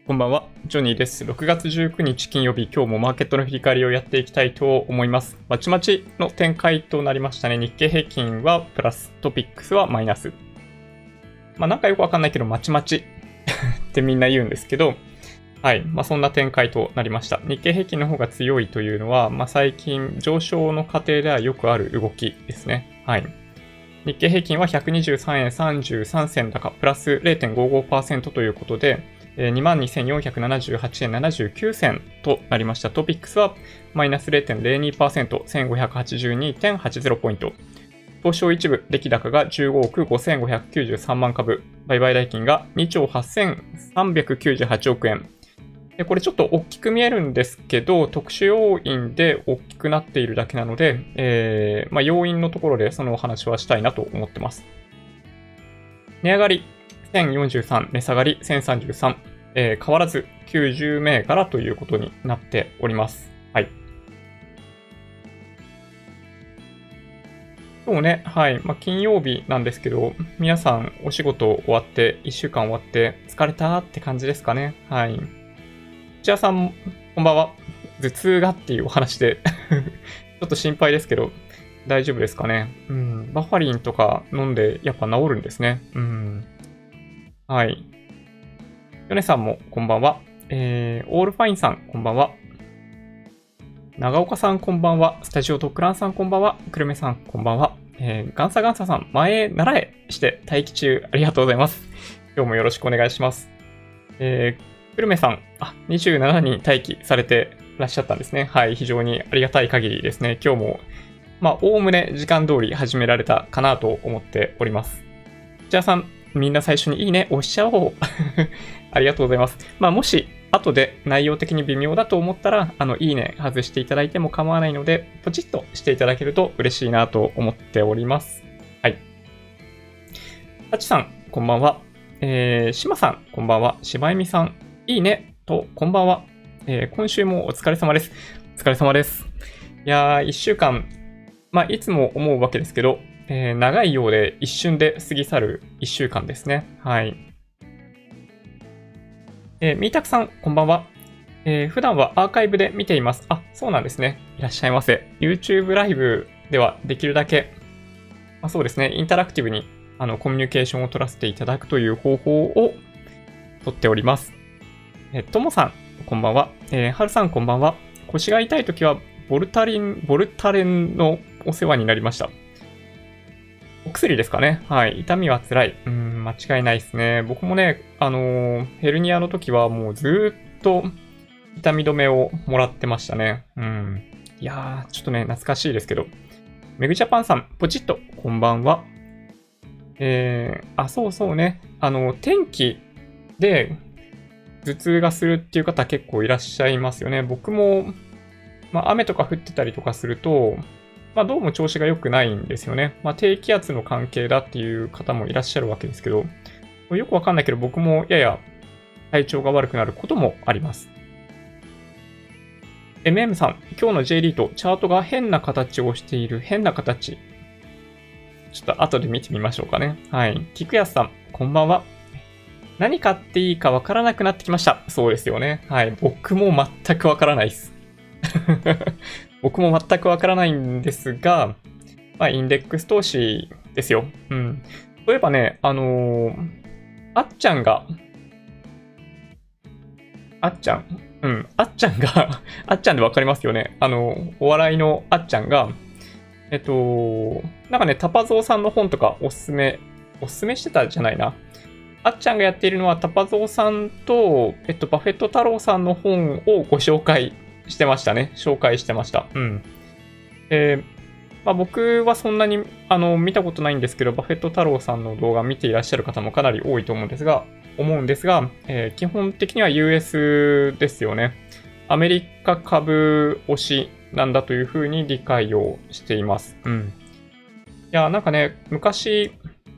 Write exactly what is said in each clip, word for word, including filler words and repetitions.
こんばんは、ジョニーです。ろくがつじゅうくにち金曜日、今日もマーケットの振り返りをやっていきたいと思います。まちまちの展開となりましたね。日経平均はプラス、トピックスはマイナス。まあなんかよくわかんないけど、まちまちってみんな言うんですけど、はい。まあそんな展開となりました。日経平均の方が強いというのは、まあ最近上昇の過程ではよくある動きですね。はい。日経平均はひゃくにじゅうさんえんさんじゅうさんせん高、プラス れいてんごごパーセント ということで、にまんにせんよんひゃくななじゅうはちえんななじゅうきゅうせんとなりました。トピックスはマイナス れいてんぜろにパーセント、せんごひゃくはちじゅうにてんはちゼロ ポイント。東証一部、出来高がじゅうごおくごせんごひゃくきゅうじゅうさんまん株、売買代金がにちょうはっせんさんびゃくきゅうじゅうはちおくえん。でこれちょっと大きく見えるんですけど、特殊要因で大きくなっているだけなので、えーまあ、要因のところでそのお話はしたいなと思ってます。値上がりせんよんじゅうさん、値下がりせんさんじゅうさん、えー、変わらずきゅうじゅう銘柄ということになっております。はい。今日ね、はい。まあ、金曜日なんですけど、皆さんお仕事終わって、いっしゅうかん終わって疲れたって感じですかね。はい。土屋さん、こんばんは。頭痛がっていうお話で、ちょっと心配ですけど、大丈夫ですかね。うん。バファリンとか飲んでやっぱ治るんですね。うん。はい。ヨネさんもこんばんは。えー、オールファインさんこんばんは。長岡さんこんばんは。スタジオ特ランさんこんばんは。くるめさんこんばんは。えー、ガンサガンサさん、前へ習えして待機中ありがとうございます。今日もよろしくお願いします。えー、くるめさん、あ、にじゅうななにん待機されてらっしゃったんですね。はい、非常にありがたい限りですね。今日も、まあ、おおむね時間通り始められたかなと思っております。じゃあさん、みんな最初にいいね押しちゃおう。ありがとうございます。まあ、もし、後で内容的に微妙だと思ったら、あの、いいね外していただいても構わないので、ポチッとしていただけると嬉しいなと思っております。はい。タチさん、こんばんは。えー、シマさん、こんばんは。しばえみさん、いいねと、こんばんは。えー、今週もお疲れ様です。お疲れ様です。いやー、いっしゅうかん、まあ、いつも思うわけですけど、えー、長いようで一瞬で過ぎ去るいっしゅうかんですね。はい。えー、みーたくさん、こんばんは。えー、普段はアーカイブで見ています。あ、そうなんですね。いらっしゃいませ。YouTube ライブではできるだけ、まあ、そうですね、インタラクティブにあのコミュニケーションを取らせていただくという方法をとっております。えー、ともさん、こんばんは。えー、はるさん、こんばんは。腰が痛いときは、ボルタリン、ボルタレンのお世話になりました。お薬ですかね。はい。痛みは辛い。うん、間違いないですね。僕もね、あのー、ヘルニアの時はもうずっと痛み止めをもらってましたね。うん。いやー、ちょっとね、懐かしいですけど。メグジャパンさん、ポチッと、こんばんは。えー、あ、そうそうね。あの、天気で頭痛がするっていう方結構いらっしゃいますよね。僕も、まあ、雨とか降ってたりとかすると、まあ、どうも調子が良くないんですよね。まあ、低気圧の関係だっていう方もいらっしゃるわけですけど、よくわかんないけど、僕もやや体調が悪くなることもあります。エムエム さん、今日の J リート、チャートが変な形をしている。変な形。ちょっと後で見てみましょうかね。はい。菊安さん、こんばんは。何買っていいかわからなくなってきました。そうですよね。はい。僕も全くわからないです。僕も全くわからないんですが、まあ、インデックス投資ですよ。うん。そういえばね、あのー、あっちゃんが、あっちゃん、うん、あっちゃんが、あっちゃんでわかりますよね。あの、お笑いのあっちゃんが、えっと、なんかね、タパゾウさんの本とかおすすめ、おすすめしてたじゃないな。あっちゃんがやっているのはタパゾウさんと、えっと、バフェット太郎さんの本をご紹介してましたね。紹介してました。うん。えーまあ、僕はそんなにあの見たことないんですけど、バフェット太郎さんの動画見ていらっしゃる方もかなり多いと思うんですが、思うんですが、えー、基本的には ユーエス ですよね。アメリカ株推しなんだというふうに理解をしています。うん。いや、なんかね、昔、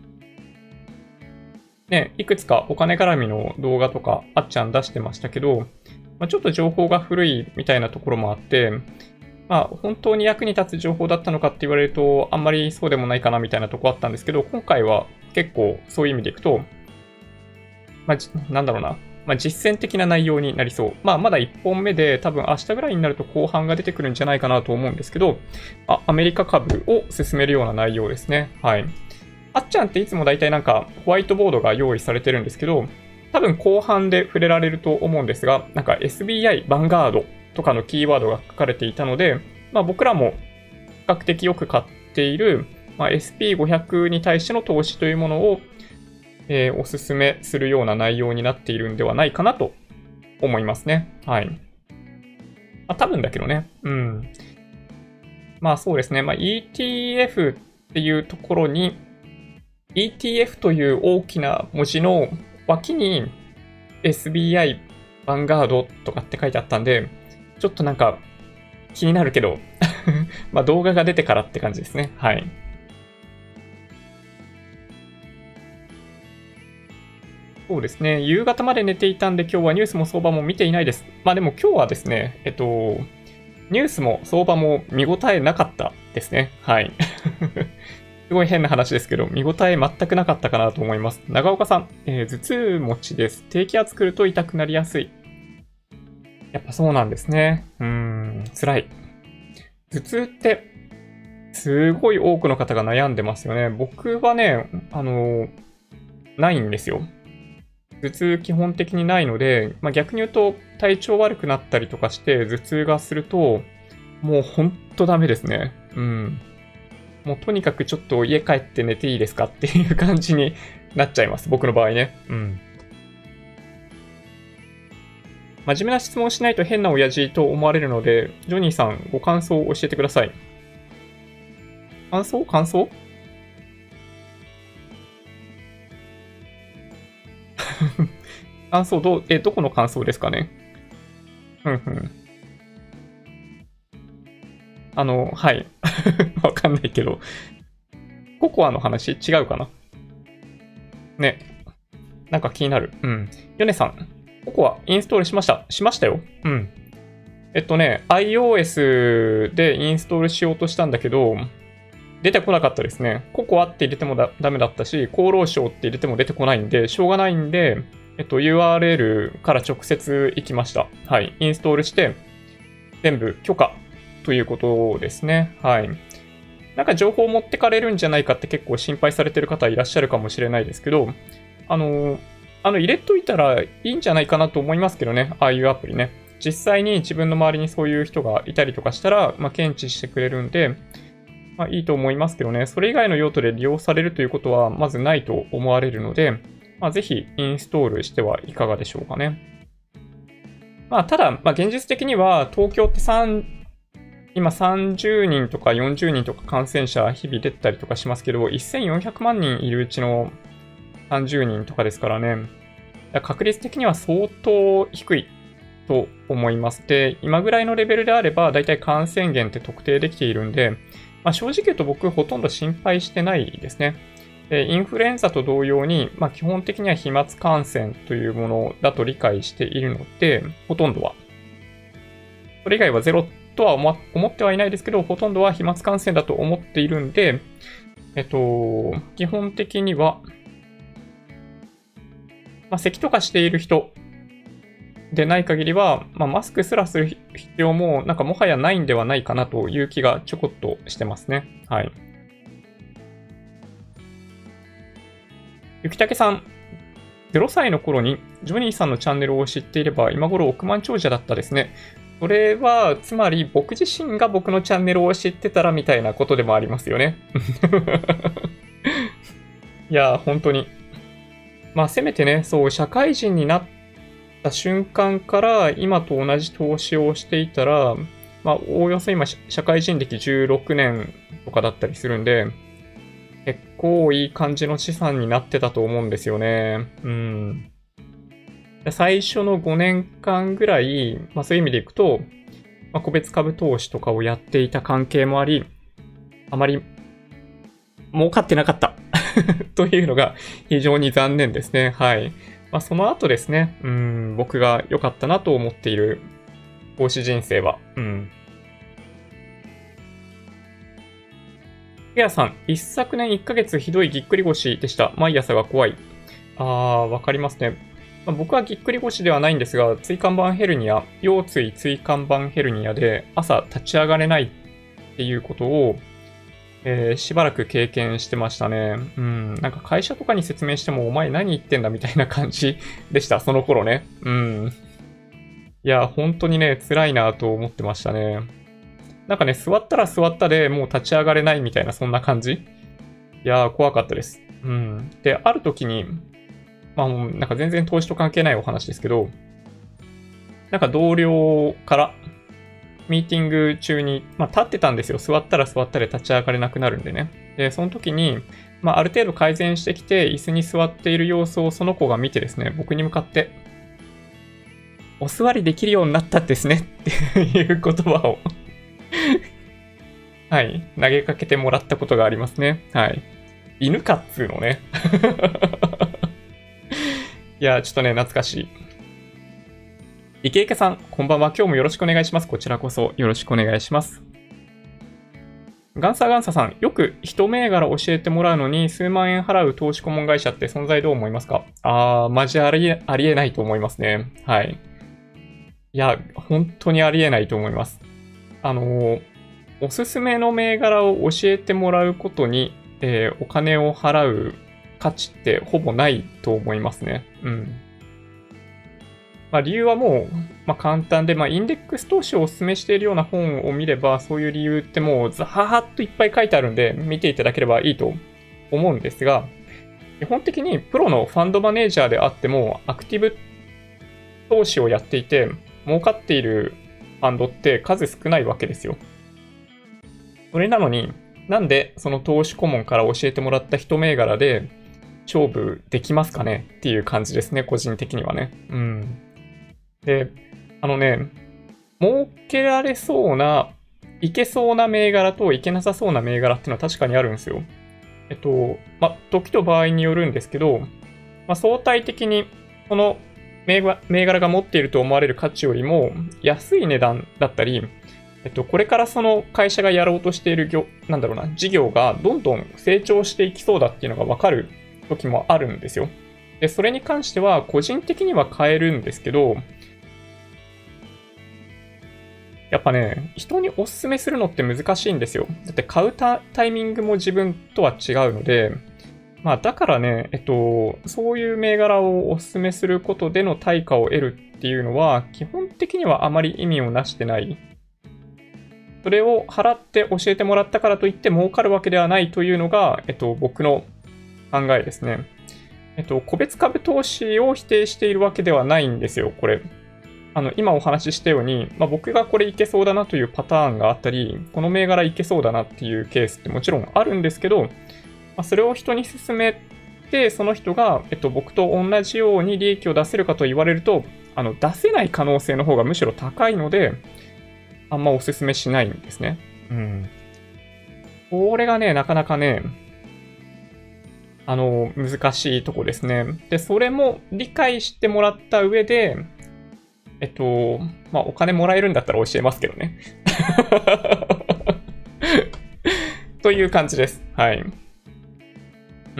ね、いくつかお金絡みの動画とかあっちゃん出してましたけど、まあ、ちょっと情報が古いみたいなところもあって、まあ、本当に役に立つ情報だったのかって言われると、あんまりそうでもないかなみたいなとこあったんですけど、今回は結構そういう意味でいくと、まあ、なんだろうな、 まあ、実践的な内容になりそう。まあ、まだいっぽんめで、多分明日ぐらいになると後半が出てくるんじゃないかなと思うんですけど、あ、アメリカ株を進めるような内容ですね。はい。あっちゃんっていつも大体なんかホワイトボードが用意されてるんですけど、多分後半で触れられると思うんですが、なんか エスビーアイ、ヴァンガードとかのキーワードが書かれていたので、まあ、僕らも比較的よく買っている、まあ、エスピーごひゃく に対しての投資というものを、えー、おすすめするような内容になっているんではないかなと思いますね。はい。まあ、多分だけどね。うん。まあそうですね。まあ イーティーエフ っていうところに、イーティーエフ という大きな文字の脇に エスビーアイ、ヴァンガードとかって書いてあったんで、ちょっとなんか気になるけど、まあ動画が出てからって感じですね。はい。そうですね。夕方まで寝ていたんで今日はニュースも相場も見ていないです。まあでも今日はですね、えっと、ニュースも相場も見応えなかったですね。はい。すごい変な話ですけど、見応え全くなかったかなと思います。長岡さん、えー、頭痛持ちです。低気圧来ると痛くなりやすい。やっぱそうなんですね。うーん、辛い。頭痛って、すごい多くの方が悩んでますよね。僕はね、あの、ないんですよ。頭痛基本的にないので、まあ、逆に言うと体調悪くなったりとかして頭痛がすると、もうほんとダメですね。うん。もうとにかくちょっと家帰って寝ていいですかっていう感じになっちゃいます。僕の場合ね。うん。真面目な質問をしないと変な親父と思われるので、ジョニーさんご感想を教えてください。感想感想感想どう、え、どこの感想ですかね。うんうん。あの、はい。わかんないけど。ココアの話違うかなね。なんか気になる。うん。ヨネさん。ココアインストールしました。しましたよ。うん。えっとね、iOS でインストールしようとしたんだけど、出てこなかったですね。ココアって入れてもだダメだったし、厚労省って入れても出てこないんで、しょうがないんで、えっと、ユーアールエル から直接行きました。はい。インストールして、全部許可ということですね。はい。なんか情報を持ってかれるんじゃないかって結構心配されてる方いらっしゃるかもしれないですけど、あの、あの入れといたらいいんじゃないかなと思いますけどね。ああいうアプリね。実際に自分の周りにそういう人がいたりとかしたら、まあ、検知してくれるんで、まあ、いいと思いますけどね。それ以外の用途で利用されるということはまずないと思われるので、まあ、ぜひインストールしてはいかがでしょうかね。まあ、ただ、まあ、現実的には東京って3、今さんじゅうにんとかよんじゅうにんとか感染者日々出たりとかしますけど、せんよんひゃくまんにんいるうちのさんじゅうにんとかですからね。確率的には相当低いと思います。で、今ぐらいのレベルであれば、だいたい感染源って特定できているんで、まあ、正直言うと僕ほとんど心配してないですね。で、インフルエンザと同様に、まあ、基本的には飛沫感染というものだと理解しているので、ほとんどは。それ以外はゼロとは思ってはいないですけど、ほとんどは飛沫感染だと思っているんで、えっと、基本的には、まあ、咳とかしている人でない限りは、まあ、マスクすらする必要も、なんかもはやないんではないかなという気がちょこっとしてますね。はい。ゆきたけさん、ゼロさいの頃にジョニーさんのチャンネルを知っていれば、今頃億万長者だったですね。それは、つまり僕自身が僕のチャンネルを知ってたらみたいなことでもありますよね。いや、本当に。まあ、せめてね、そう、社会人になった瞬間から今と同じ投資をしていたら、まあ、おおよそ今、社会人歴じゅうろくねんとかだったりするんで、結構いい感じの資産になってたと思うんですよね。うん。最初のごねんかんぐらい、まあ、そういう意味でいくと、まあ、個別株投資とかをやっていた関係もあり、あまり儲かってなかったというのが非常に残念ですね。はい。まあ、その後ですね、うん、僕が良かったなと思っている投資人生は、うん。ケアさん、一昨年いっかげつひどいぎっくり腰でした。毎朝が怖い。あー、わかりますね。 まあ、僕はぎっくり腰ではないんですが、椎間板ヘルニア、腰椎椎間板ヘルニアで朝立ち上がれないっていうことを、えーしばらく経験してましたね。うん。なんか会社とかに説明しても、お前何言ってんだみたいな感じでした、その頃ね。うん。いや、本当にね、辛いなと思ってましたね。なんかね、座ったら座ったでもう立ち上がれないみたいな、そんな感じ。いやー、怖かったです。うん。で、ある時に、まあ、もうなんか全然投資と関係ないお話ですけど、なんか同僚からミーティング中に、まあ、立ってたんですよ。座ったら座ったで立ち上がれなくなるんでね。で、その時に、まあ、ある程度改善してきて、椅子に座っている様子をその子が見てですね、僕に向かって、お座りできるようになったですねっていう言葉をはい、投げかけてもらったことがありますね。はい。犬かっつうのね。いや、ちょっとね、懐かしい。池池さん、こんばんは。今日もよろしくお願いします。こちらこそよろしくお願いします。ガンサガンサさん、よく一銘柄教えてもらうのに数万円払う投資顧問会社って存在どう思いますか？あー、マジありえ、ありえないと思いますね。はい。いや、本当にありえないと思います。あのー、おすすめの銘柄を教えてもらうことに、えーお金を払う価値ってほぼないと思いますね。うん。まあ、理由はもう、まあ、簡単で、まあ、インデックス投資をお勧めしているような本を見れば、そういう理由ってもうザーッといっぱい書いてあるんで、見ていただければいいと思うんですが、基本的にプロのファンドマネージャーであっても、アクティブ投資をやっていて、儲かっているファンドって数少ないわけですよ。それなのに、なんでその投資顧問から教えてもらった一銘柄で勝負できますかねっていう感じですね、個人的にはね。うん。で、あのね、儲けられそうな、いけそうな銘柄といけなさそうな銘柄っていうのは確かにあるんですよ。えっと、まあ、時と場合によるんですけど、まあ、相対的にこの銘柄が持っていると思われる価値よりも安い値段だったり、えっと、これからその会社がやろうとしている業、なんだろうな、事業がどんどん成長していきそうだっていうのがわかる時もあるんですよ。で、それに関しては個人的には買えるんですけど、やっぱね、人におすすめするのって難しいんですよ。だって買うタイミングも自分とは違うので、まあだからね、えっと、そういう銘柄をおすすめすることでの対価を得るっていうのは、基本的にはあまり意味をなしてない。それを払って教えてもらったからといって儲かるわけではないというのが、えっと、僕の考えですね。えっと、個別株投資を否定しているわけではないんですよ、これ。あの、今お話ししたように、まあ、僕がこれいけそうだなというパターンがあったり、この銘柄いけそうだなっていうケースってもちろんあるんですけど、まあ、それを人に勧めて、その人が、えっと、僕と同じように利益を出せるかと言われると、あの、出せない可能性の方がむしろ高いので、あんまお勧めしないんですね。うん。これがね、なかなかね、あの、難しいとこですね。で、それも理解してもらった上で、えっと、まあ、お金もらえるんだったら教えますけどね。という感じです。はい。うんうん。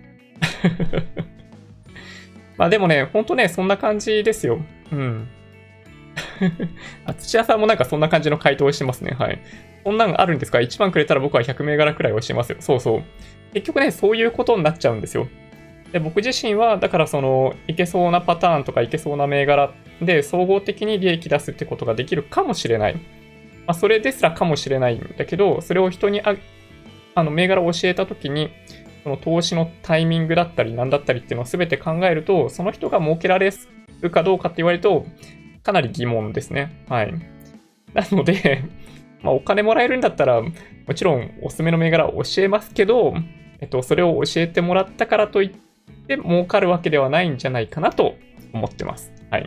まあでもね、ほんとね、そんな感じですよ。うん。あ、土屋さんもなんかそんな感じの回答をしてますね。はい。こんなんあるんですか？ いち 番くれたら僕はひゃく銘柄くらい教えますよ。そうそう。結局ね、そういうことになっちゃうんですよ。で、僕自身は、だからその、いけそうなパターンとかいけそうな銘柄で、総合的に利益出すってことができるかもしれない。まあ、それですらかもしれないんだけど、それを人にあ、あの、銘柄を教えたときに、その投資のタイミングだったり、なんだったりっていうのを全て考えると、その人が儲けられるかどうかって言われると、かなり疑問ですね。はい。なので、まあ、お金もらえるんだったら、もちろんおすすめの銘柄を教えますけど、えっと、それを教えてもらったからといって、で儲かるわけではないんじゃないかなと思ってます。はい。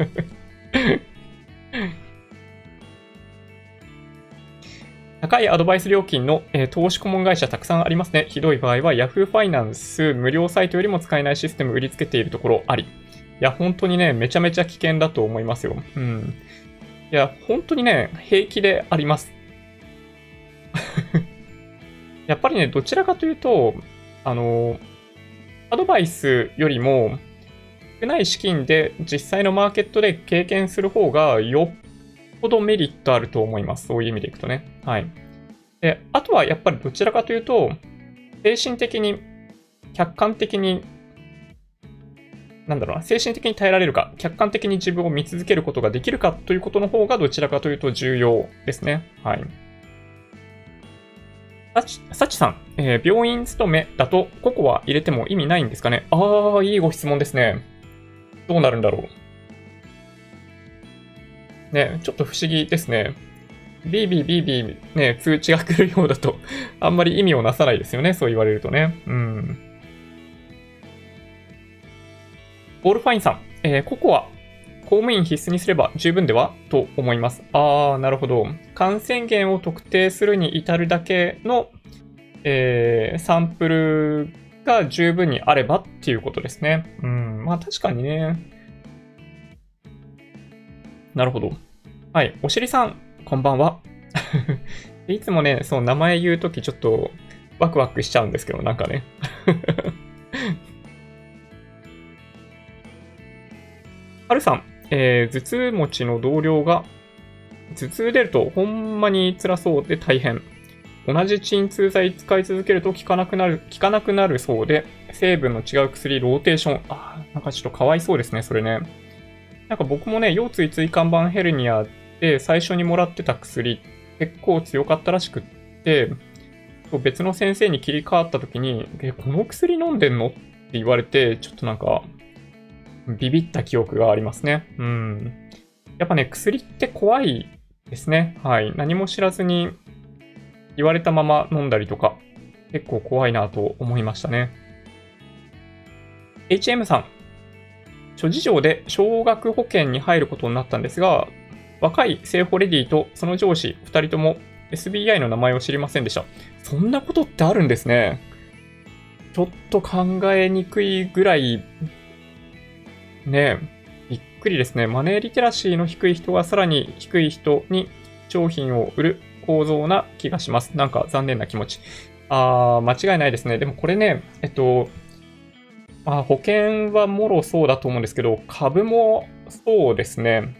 高いアドバイス料金の、えー、投資顧問会社たくさんありますね。ひどい場合は Yahoo ファイナンス無料サイトよりも使えないシステム売りつけているところあり。いや、本当にね、めちゃめちゃ危険だと思いますよ。うん。いや、本当にね、平気であります。やっぱりね、どちらかというと、あの、アドバイスよりも、 少ない資金で実際のマーケットで経験する方がよっぽどメリットあると思います。そういう意味でいくとね。はい。で、あとはやっぱりどちらかというと、精神的に、客観的に、なんだろうな、精神的に耐えられるか、客観的に自分を見続けることができるかということの方がどちらかというと重要ですね。はい。さち、さちさん、えー、病院勤めだとココア入れても意味ないんですかね。あー、いいご質問ですね。どうなるんだろう。ね、ちょっと不思議ですね。ビービービービーね、通知が来るようだとあんまり意味をなさないですよね。そう言われるとね。うん。ボールファインさん、えー、ココア、公務員必須にすれば十分ではと思います。あー、なるほど。感染源を特定するに至るだけの、えー、サンプルが十分にあればっていうことですね。うん、まあ確かにね。なるほど。はい、おしりさん、こんばんは。いつもね、そう、名前言うときちょっとワクワクしちゃうんですけど、なんかね。はるさん、えー、頭痛持ちの同僚が、頭痛出るとほんまに辛そうで大変。同じ鎮痛剤使い続けると効かなくなる、効かなくなるそうで、成分の違う薬、ローテーション。あー、なんかちょっとかわいそうですね、それね。なんか僕もね、腰椎椎間板ヘルニアで最初にもらってた薬、結構強かったらしくって、別の先生に切り替わった時に、え、この薬飲んでんのって言われて、ちょっとなんか、ビビった記憶がありますね。うん。やっぱね、薬って怖いですね。はい。何も知らずに言われたまま飲んだりとか、結構怖いなと思いましたね。エイチエム さん。諸事情で少額保険に入ることになったんですが、若いセーフォレディとその上司ふたりとも エスビーアイ の名前を知りませんでした。そんなことってあるんですね。ちょっと考えにくいぐらい、ね、びっくりですね。マネーリテラシーの低い人がさらに低い人に商品を売る構造な気がします。なんか残念な気持ち。あー、間違いないですね。でもこれね、えっと、まあ、保険はもろそうだと思うんですけど、株もそうですね。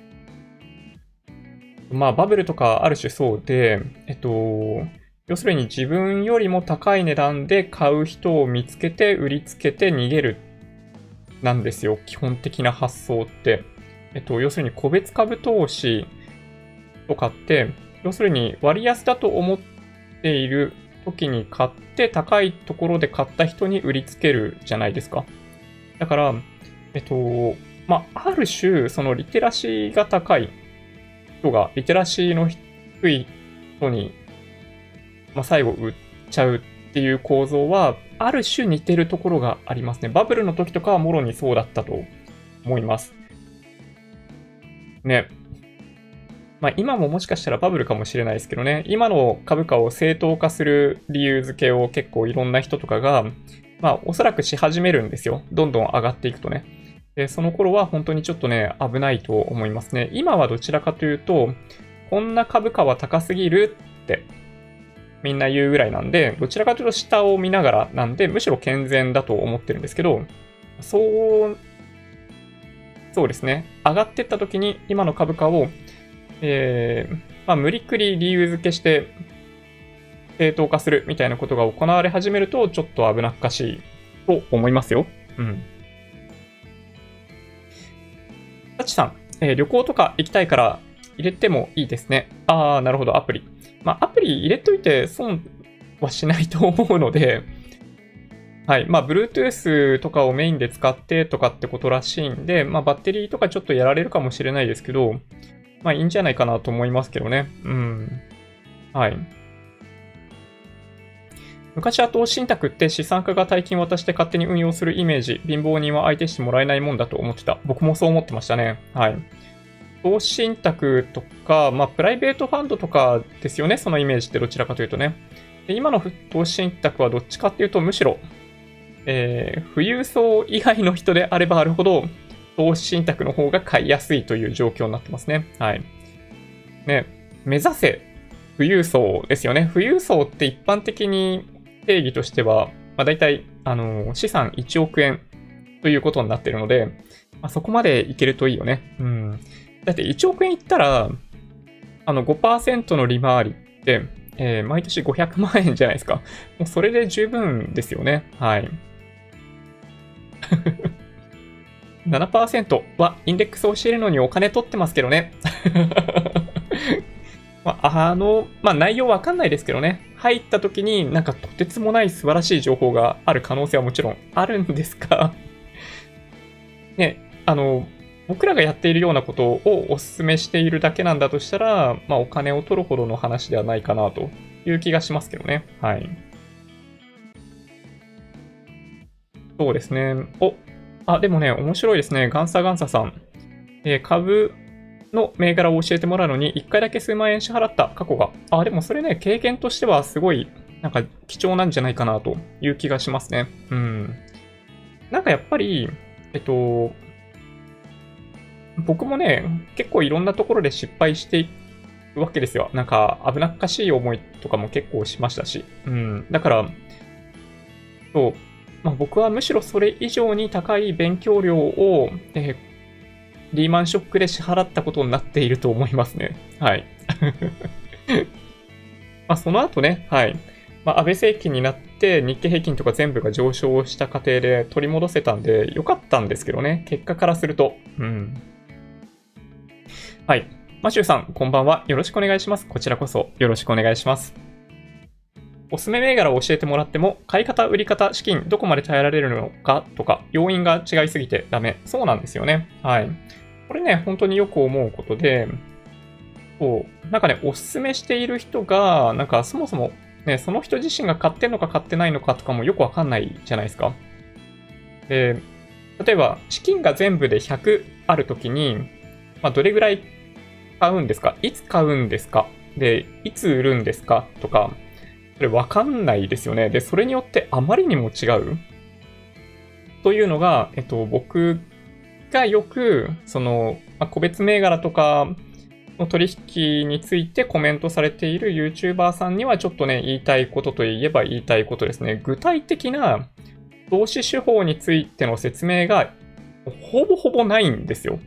まあ、バブルとかある種そうで、えっと、要するに自分よりも高い値段で買う人を見つけて売りつけて逃げるなんですよ。基本的な発想って。えっと、要するに個別株投資とかって、要するに割安だと思っている時に買って高いところで買った人に売りつけるじゃないですか。だから、えっと、まあ、ある種、そのリテラシーが高い人が、リテラシーの低い人に、まあ、最後売っちゃうっていう構造は、ある種似てるところがありますね。バブルの時とかはもろにそうだったと思います。ね。まあ今ももしかしたらバブルかもしれないですけどね。今の株価を正当化する理由付けを結構いろんな人とかが、まあおそらくし始めるんですよ。どんどん上がっていくとね。で、その頃は本当にちょっとね、危ないと思いますね。今はどちらかというと、こんな株価は高すぎるってみんな言うぐらいなんで、どちらかというと下を見ながらなんで、むしろ健全だと思ってるんですけど、そう、そうですね。上がってった時に今の株価を、えー、まあ、無理くり理由付けして正当化するみたいなことが行われ始めると、ちょっと危なっかしいと思いますよ。うん。タチさん、えー、旅行とか行きたいから入れてもいいですね。あー、なるほど、アプリ。まあ、アプリ入れといて損はしないと思うので、はい。まあ、Bluetooth とかをメインで使ってとかってことらしいんで、まあ、バッテリーとかちょっとやられるかもしれないですけど、まあ、いいんじゃないかなと思いますけどね。うん。はい。昔は投資信託って資産家が大金渡して勝手に運用するイメージ、貧乏人は相手してもらえないもんだと思ってた。僕もそう思ってましたね。はい。投資信託とか、まあ、プライベートファンドとかですよね。そのイメージってどちらかというとね。で今の投資信託はどっちかっていうと、むしろ、えー、富裕層以外の人であればあるほど、投資信託の方が買いやすいという状況になってますね。はい。ね、目指せ富裕層ですよね。富裕層って一般的に定義としては、まあ、大体、あのー、資産いちおくえんということになっているので、 あ、そこまでいけるといいよね。うん。だっていちおくえんいったら、あの ごパーセント の利回りって、えー、毎年ごひゃくまんえんじゃないですか。もうそれで十分ですよね。はい。ななパーセント はインデックスを教えるのにお金取ってますけどね。まあ、あの、まあ、内容わかんないですけどね。入った時になんかとてつもない素晴らしい情報がある可能性はもちろんあるんですが、ね、あの、僕らがやっているようなことをお勧めしているだけなんだとしたら、まあ、お金を取るほどの話ではないかなという気がしますけどね。はい。そうですね。お、あ、でもね、面白いですね。ガンサガンサさん。えー株の銘柄を教えてもらうのに、いっかいだけ数万円支払った過去が。あ、でもそれね、経験としてはすごい、なんか貴重なんじゃないかなという気がしますね。うん。なんかやっぱり、えっと、僕もね、結構いろんなところで失敗していくわけですよ。なんか危なっかしい思いとかも結構しましたし。うん。だから、そう、まあ、僕はむしろそれ以上に高い勉強料を、えーリーマンショックで支払ったことになっていると思いますね。はい。まあその後ね、はい。まあ、安倍政権になって日経平均とか全部が上昇した過程で取り戻せたんで良かったんですけどね。結果からすると。うん。はい。マシューさん、こんばんは。よろしくお願いします。こちらこそよろしくお願いします。おすすめ銘柄を教えてもらっても、買い方、売り方、資金、どこまで耐えられるのかとか、要因が違いすぎてダメ。そうなんですよね。はい。これね、本当によく思うことで、そう、なんかね、おすすめしている人が、なんかそもそも、ね、その人自身が買ってんのか買ってないのかとかもよくわかんないじゃないですか。で、例えば、資金が全部でひゃくあるときに、まあ、どれぐらい買うんですか？いつ買うんですか？で、いつ売るんですか？とか、それわかんないですよね。で、それによってあまりにも違うというのが、えっと、僕がよく、その、まあ、個別銘柄とかの取引についてコメントされている YouTuber さんにはちょっとね、言いたいことといえば言いたいことですね。具体的な投資手法についての説明がほぼほぼないんですよ。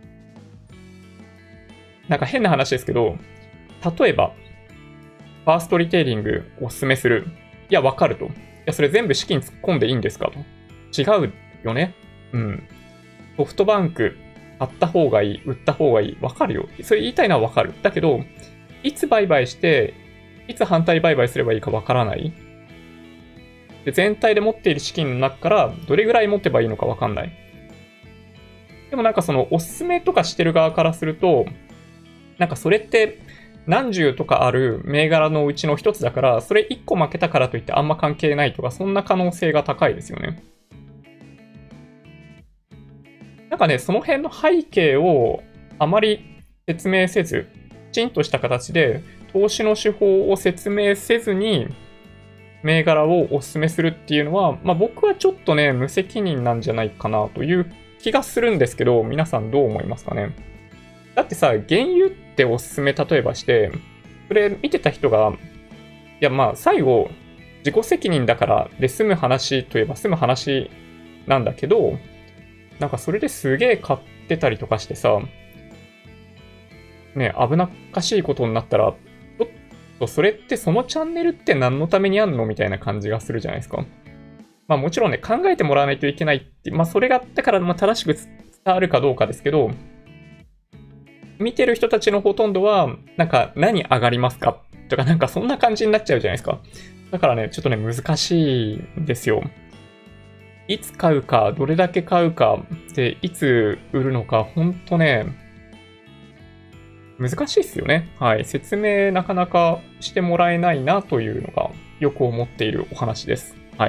なんか変な話ですけど、例えば、ファーストリテイリングをおすすめする。いや、わかると。いや、それ全部資金突っ込んでいいんですかと。違うよね。うん。ソフトバンク、買った方がいい、売った方がいい。わかるよ。それ言いたいのはわかる。だけど、いつ売買して、いつ反対売買すればいいかわからない。で、全体で持っている資金の中からどれぐらい持てばいいのかわかんない。でもなんかそのおすすめとかしてる側からすると、なんかそれって何十とかある銘柄のうちの一つだから、それ一個負けたからといってあんま関係ないとか、そんな可能性が高いですよね。なんかね、その辺の背景をあまり説明せず、きちんとした形で投資の手法を説明せずに銘柄をお勧めするっていうのは、まあ僕はちょっとね、無責任なんじゃないかなという気がするんですけど、皆さんどう思いますかね。だってさ、原油っておすすめ例えばして、それ見てた人が、いやまあ最後、自己責任だからで済む話といえば済む話なんだけど、なんかそれですげえ買ってたりとかしてさ、ね、危なっかしいことになったら、ちょっとそれってそのチャンネルって何のためにあんのみたいな感じがするじゃないですか。まあもちろんね、考えてもらわないといけないって、まあそれが、だからまあ正しく伝わるかどうかですけど、見てる人たちのほとんどは、なんか何上がりますかとかなんかそんな感じになっちゃうじゃないですか。だからね、ちょっとね、難しいんですよ。いつ買うか、どれだけ買うか、で、いつ売るのか、ほんとね、難しいっすよね。はい。説明なかなかしてもらえないなというのがよく思っているお話です。はい。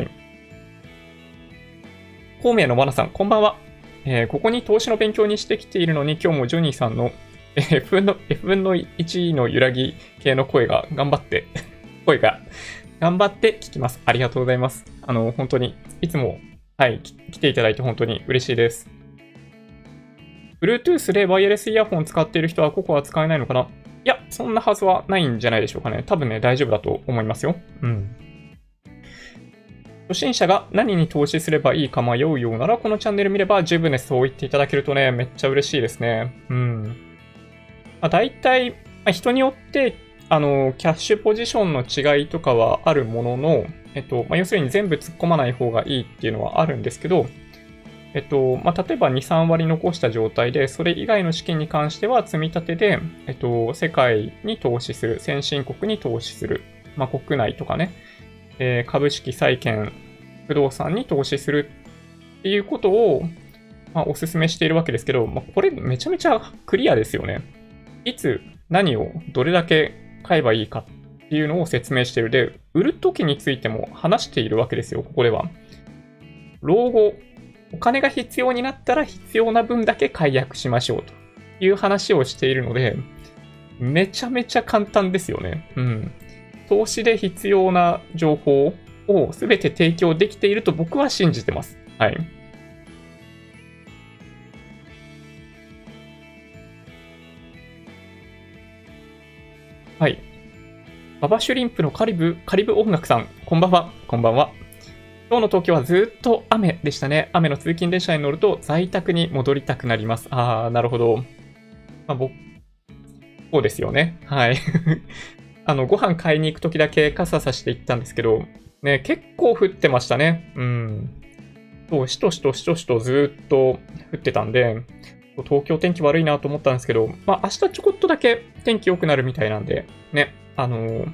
孔明のワナさん、こんばんは。えー、ここに投資の勉強にしてきているのに、今日もジョニーさんの F の、F 分のいちの揺らぎ系の声が頑張って、声が頑張って聞きます。ありがとうございます。あの、本当に、いつもはい、来ていただいて本当に嬉しいです。Bluetooth でワイヤレスイヤホン使っている人はココア使えないのかな？いや、そんなはずはないんじゃないでしょうかね。多分ね、大丈夫だと思いますよ。うん。 初心者が何に投資すればいいか迷うようなら、このチャンネル見れば十分です。そう言っていただけるとね、めっちゃ嬉しいですね。うん。まあ、大体、まあ、人によって、あの、キャッシュポジションの違いとかはあるものの、えっと、まあ、要するに全部突っ込まない方がいいっていうのはあるんですけど、えっと、まあ、例えばに、さん割残した状態で、それ以外の資金に関しては積み立てで、えっと、世界に投資する、先進国に投資する、まあ、国内とかね、えー、株式、債券、不動産に投資するっていうことを、まあ、お勧めしているわけですけど、まあ、これめちゃめちゃクリアですよね。いつ何をどれだけ買えばいいかっていうのを説明している。で、売るときについても話しているわけですよ、ここでは。老後、お金が必要になったら必要な分だけ解約しましょうという話をしているので、めちゃめちゃ簡単ですよね。うん。投資で必要な情報を全て提供できていると僕は信じてます。はい。はい。ババシュリンプのカリブ、カリブ音楽さん、こんばんは。こんばんは。今日の東京はずっと雨でしたね。雨の通勤電車に乗ると在宅に戻りたくなります。あー、なるほど。まあ、僕、そうですよね。はい。あの、ご飯買いに行くときだけ傘さして行ったんですけど、ね、結構降ってましたね。うん。そう、しとしとしとしとずっと降ってたんで、東京天気悪いなと思ったんですけど、まあ明日ちょこっとだけ天気良くなるみたいなんで、ね、あのー、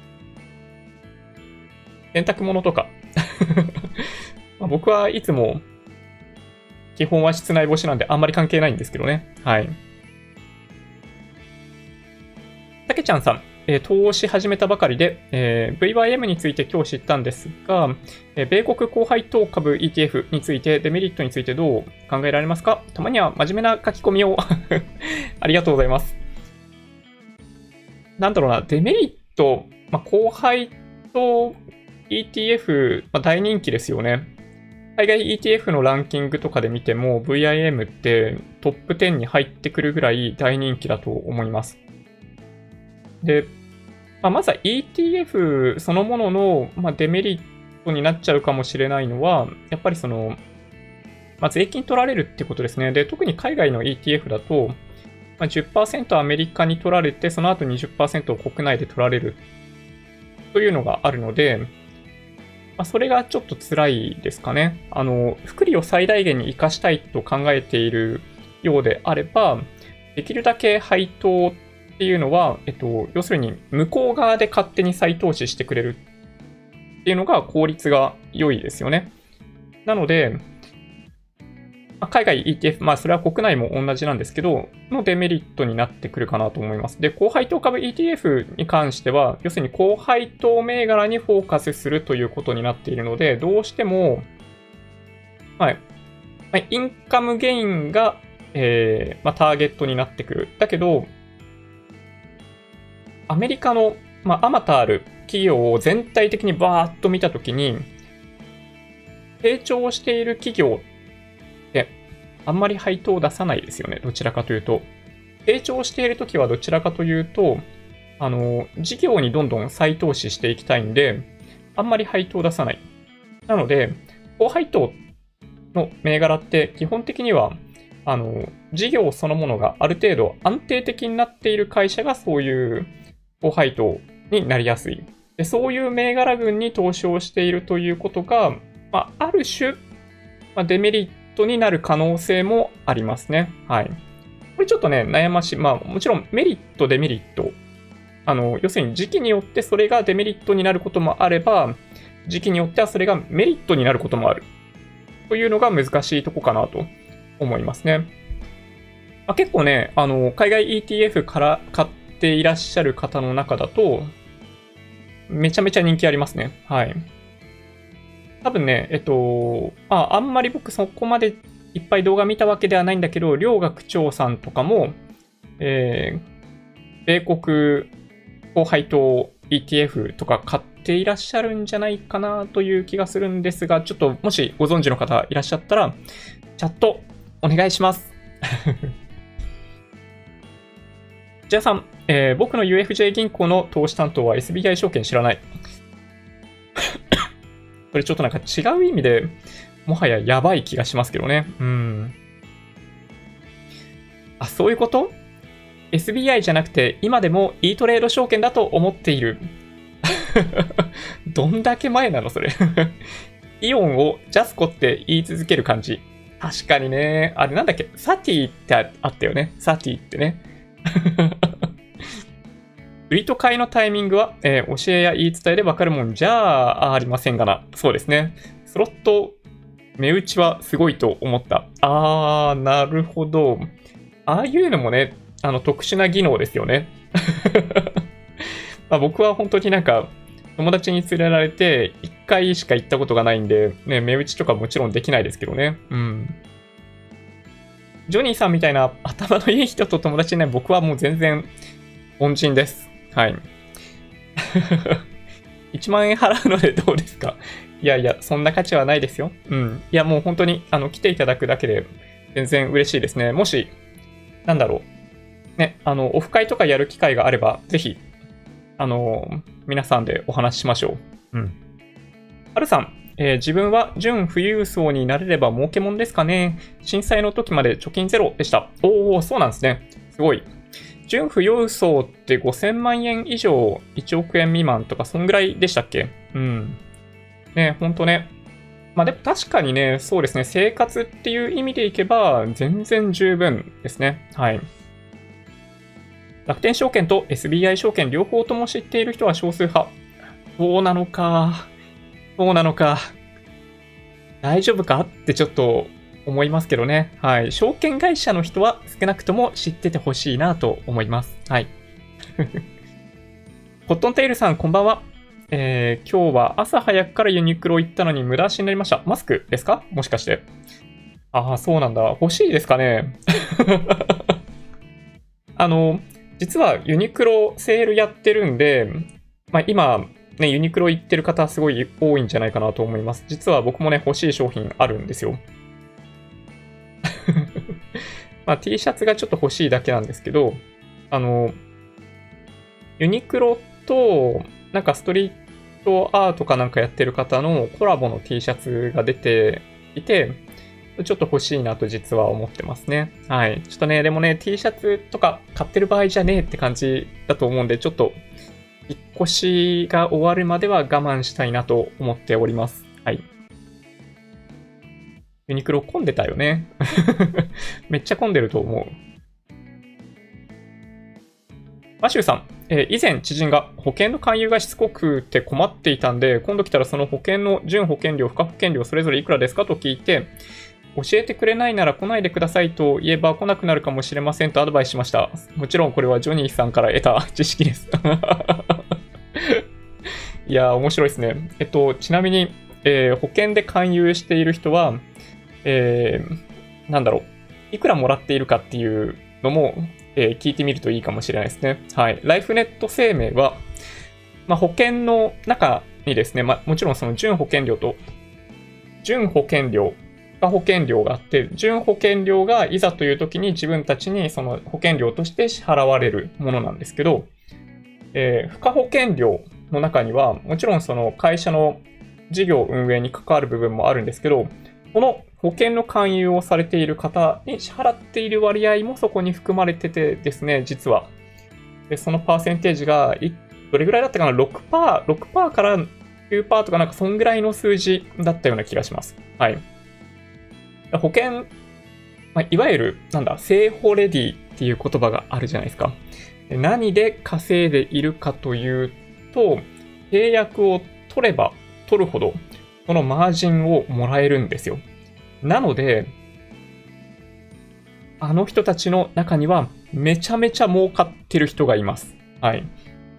洗濯物とかまあ僕はいつも基本は室内干しなんであんまり関係ないんですけどね。はい。たけちゃんさん、えー、投資始めたばかりで、えー、ブイワイエム について今日知ったんですが、えー、米国高配当株 イーティーエフ についてデメリットについてどう考えられますか？たまには真面目な書き込みをありがとうございます。なんだろうな、デメリット、まあ、高配当 イーティーエフ、まあ、大人気ですよね。海外 イーティーエフ のランキングとかで見ても ブイアイエム ってトップじゅうに入ってくるぐらい大人気だと思います。で、まあ、まずは イーティーエフ そのものの、まあ、デメリットになっちゃうかもしれないのは、やっぱりその、まあ、税金取られるってことですね。で、特に海外の イーティーエフ だと、まあ、じゅっパーセント アメリカに取られて、その後 にじゅっパーセント を国内で取られるというのがあるので、まあ、それがちょっと辛いですかね。あの、福利を最大限に活かしたいと考えているようであれば、できるだけ配当っていうのは、えっと、要するに向こう側で勝手に再投資してくれるっていうのが効率が良いですよね。なので、まあ、海外 イーティーエフ、まあそれは国内も同じなんですけど、のデメリットになってくるかなと思います。で、高配当株 イーティーエフ に関しては、要するに高配当銘柄にフォーカスするということになっているので、どうしても、はい、まあ、インカムゲインが、えーまあ、ターゲットになってくる。だけど、アメリカの、まあ、あまたある企業を全体的にバーッと見たときに、成長している企業ってあんまり配当を出さないですよね。どちらかというと。成長しているときはどちらかというと、あの、事業にどんどん再投資していきたいんで、あんまり配当を出さない。なので、高配当の銘柄って基本的には、あの、事業そのものがある程度安定的になっている会社がそういう高配当になりやすい。で、そういう銘柄群に投資をしているということが、まあ、ある種、まあ、デメリットになる可能性もありますね。はい。これちょっとね、悩ましい。まあ、もちろんメリット、デメリット。あの、要するに時期によってそれがデメリットになることもあれば、時期によってはそれがメリットになることもある。というのが難しいとこかなと思いますね。まあ、結構ね、あの、海外 イーティーエフ から買っていらっしゃる方の中だと、めちゃめちゃ人気ありますね。はい。多分ね、えっと、あ、あんまり僕そこまでいっぱい動画見たわけではないんだけど、両学長さんとかも、えー、米国高配当 イーティーエフ とか買っていらっしゃるんじゃないかなという気がするんですが、ちょっともしご存知の方いらっしゃったら、チャットお願いします。じゃあさん、えー、僕の ユーエフジェー 銀行の投資担当は エスビーアイ 証券知らない。 これちょっとなんか違う意味でもはややばい気がしますけどね。うん。あ、そういうこと？ エスビーアイ じゃなくて今でも e トレード証券だと思っている。どんだけ前なのそれ。イオンをジャスコって言い続ける感じ。確かにね。あれなんだっけ、サティってあったよね。サティってね。売りと買いのタイミングは、えー、教えや言い伝えでわかるもんじゃありませんがな。そうですね。スロット、目打ちはすごいと思った。あー、なるほど。ああいうのもね、あの特殊な技能ですよね。まあ僕は本当になんか、友達に連れられて、いっかいしか行ったことがないんで、ね、目打ちとかもちろんできないですけどね。うん。ジョニーさんみたいな頭のいい人と友達ね、僕はもう全然、恩人です。はい。いちまん円払うのでどうですか？いやいや、そんな価値はないですよ。うん。いや、もう本当に、あの、来ていただくだけで、全然嬉しいですね。もし、なんだろう。ね、あの、オフ会とかやる機会があれば、ぜひ、あの、皆さんでお話ししましょう。うん。はるさん、えー、自分は準富裕層になれれば儲けもんですかね。震災の時まで貯金ゼロでした。おー、そうなんですね。すごい。準富裕層ってごせんまんえん以上いちおくえん未満とか、そんぐらいでしたっけ？うん。ね、ほんとね。まあでも確かにね、そうですね、生活っていう意味でいけば、全然十分ですね。はい。楽天証券と エスビーアイ 証券両方とも知っている人は少数派。そうなのか。そうなのか。大丈夫かってちょっと思いますけどね。はい。証券会社の人は少なくとも知っててほしいなと思います。はい。コットンテイルさん、こんばんは。えー、今日は朝早くからユニクロ行ったのに無駄足になりました。マスクですか？もしかして。ああ、そうなんだ。欲しいですかね。あの、実はユニクロセールやってるんで、まあ、今、ね、ユニクロ行ってる方すごい多いんじゃないかなと思います。実は僕もね、欲しい商品あるんですよ。まあ、T シャツがちょっと欲しいだけなんですけど、あの、ユニクロと、なんかストリートアートかなんかやってる方のコラボの T シャツが出ていて、ちょっと欲しいなと実は思ってますね。はい。ちょっとね、でもね、T シャツとか買ってる場合じゃねえって感じだと思うんで、ちょっと、引っ越しが終わるまでは我慢したいなと思っております。はい。ユニクロ混んでたよね。めっちゃ混んでると思う。マシューさん、えー、以前知人が保険の勧誘がしつこくて困っていたんで、今度来たらその保険の準保険料、付加保険料それぞれいくらですかと聞いて、教えてくれないなら来ないでくださいと言えば来なくなるかもしれませんとアドバイスしました。もちろんこれはジョニーさんから得た知識です。いやー、面白いですね。えっと、ちなみに、えー、保険で勧誘している人は、えー、なんだろう、いくらもらっているかっていうのも、えー、聞いてみるといいかもしれないですね。はい。ライフネット生命は、まあ、保険の中にですね、まあ、もちろんその準保険料と、準保険料、付加保険料があって、準保険料がいざという時に自分たちにその保険料として支払われるものなんですけど、えー、付加保険料の中には、もちろんその会社の事業運営に関わる部分もあるんですけど、この保険の勧誘をされている方に支払っている割合もそこに含まれててですね、実は。でそのパーセンテージが、どれぐらいだったかな ?ろくパーセント、ろくパーセント から きゅうパーセント とかなんかそんぐらいの数字だったような気がします。はい。保険、まあ、いわゆる、なんだ、生保レディっていう言葉があるじゃないですか。何で稼いでいるかというと、契約を取れば取るほど、このマージンをもらえるんですよ。なので、あの人たちの中にはめちゃめちゃ儲かってる人がいます。はい。い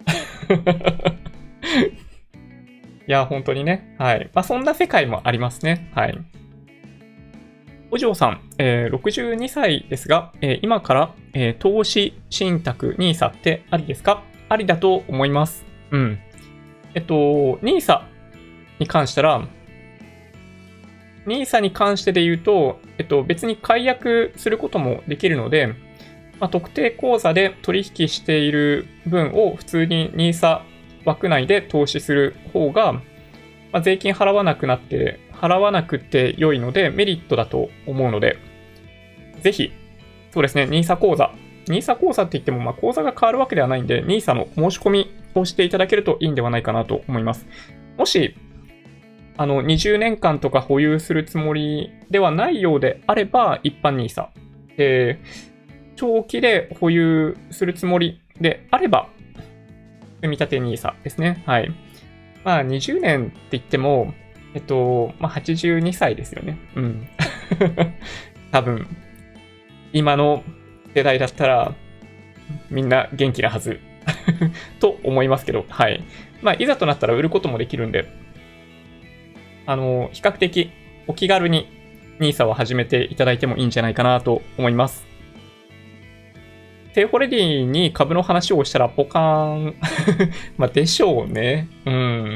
や、本当にね。はい。まあ、そんな世界もありますね。はい。お嬢さん、えー、ろくじゅうにさいですが、えー、今から、えー、投資信託 ニーサ ってありですか？ありだと思います。うん。えっと、ニーサ に関したら、ニーサ に関してで言うと、えっと、別に解約することもできるので、まあ、特定口座で取引している分を普通に ニーサ 枠内で投資する方が、 まあ、税金払わなくなって、払わなくて良いのでメリットだと思うので、ぜひ、そうですね、ニーサ 口座。ニーサ 口座って言っても、まあ、口座が変わるわけではないんで、ニーサ の申し込みをしていただけるといいんではないかなと思います。もし、あの、にじゅうねんかんとか保有するつもりではないようであれば、一般ニーサ。えー、長期で保有するつもりであれば、積立 ニーサ ですね。はい。まあ、にじゅうねんって言っても、えっと、まあ、はちじゅうにさいですよね。うん。多分、今の世代だったら、みんな元気なはずと思いますけど、はい。まあ、いざとなったら売ることもできるんで、あの、比較的お気軽に ニーサ を始めていただいてもいいんじゃないかなと思います。セーフォレディに株の話をしたらポカーンまあ、でしょうね。うん。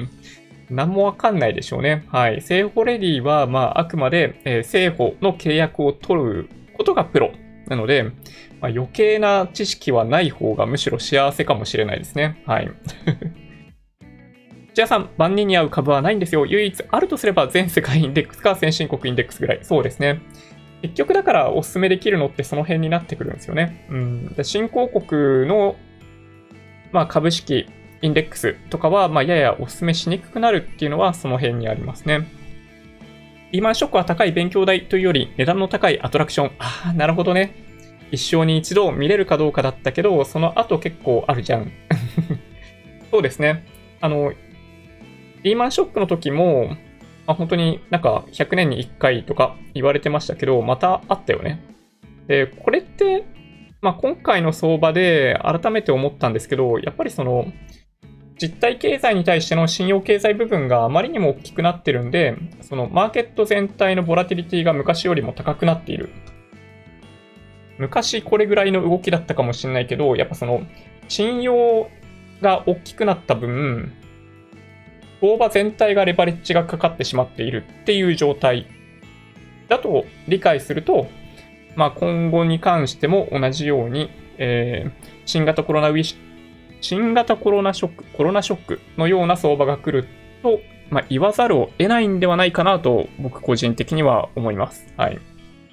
何もわかんないでしょうね。はい。セーフォレディは、まあ、あくまで、えー、セーフォの契約を取ることがプロ。なので、まあ、余計な知識はない方がむしろ幸せかもしれないですね。はい。じゃあさん、万人に合う株はないんですよ。唯一あるとすれば全世界インデックスか先進国インデックスぐらい。そうですね。結局だからお勧めできるのってその辺になってくるんですよね。うん、で新興国の、まあ、株式、インデックスとかは、まあ、ややお勧めしにくくなるっていうのはその辺にありますね。リーマンショックは高い勉強代というより値段の高いアトラクション。ああ、なるほどね。一生に一度見れるかどうかだったけど、その後結構あるじゃん。そうですね。あの、リーマンショックの時も、まあ、本当になんかひゃくねんにいっかいとか言われてましたけど、またあったよね。で、これって、まあ、今回の相場で改めて思ったんですけど、やっぱりその、実体経済に対しての信用経済部分があまりにも大きくなってるんで、そのマーケット全体のボラティリティが昔よりも高くなっている。昔これぐらいの動きだったかもしれないけど、やっぱその、信用が大きくなった分、相場全体がレバレッジがかかってしまっているっていう状態だと理解すると、まあ、今後に関しても同じように、えー、新型コロナウイルス、新型コロナショック、コロナショックのような相場が来ると、まあ、言わざるを得ないんではないかなと僕個人的には思います。はい。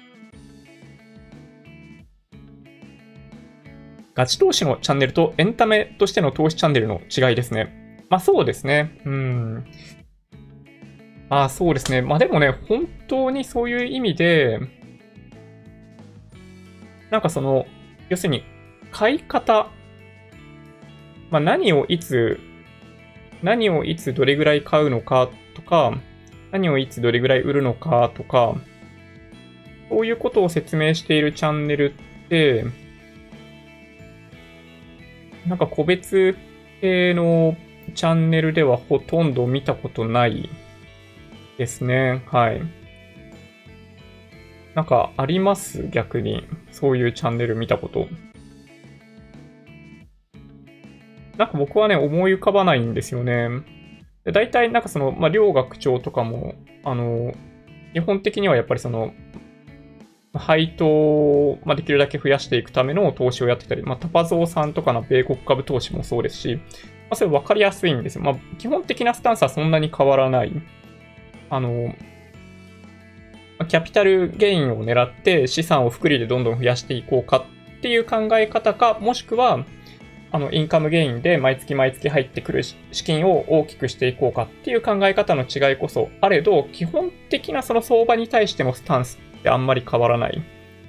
ガチ投資のチャンネルとエンタメとしての投資チャンネルの違いですね。まあそうですね。うん。まあそうですね。まあでもね、本当にそういう意味で、なんかその、要するに、買い方、まあ何をいつ、何をいつどれぐらい買うのかとか、何をいつどれぐらい売るのかとか、そういうことを説明しているチャンネルって、なんか個別系のチャンネルではほとんど見たことないですね。はい。なんかあります逆に。そういうチャンネル見たこと。なんか僕はね、思い浮かばないんですよね。で大体なんかその、まあ、両学長とかも、あの、基本的にはやっぱりその、配当を、まあ、できるだけ増やしていくための投資をやってたり、まあ、タパゾウさんとかの米国株投資もそうですし、まあ、それ分かりやすいんですよ。まあ、基本的なスタンスはそんなに変わらない。あの、キャピタルゲインを狙って資産を複利でどんどん増やしていこうかっていう考え方か、もしくは、あの、インカムゲインで毎月毎月入ってくる資金を大きくしていこうかっていう考え方の違いこそあれど、基本的なその相場に対してのスタンスってあんまり変わらない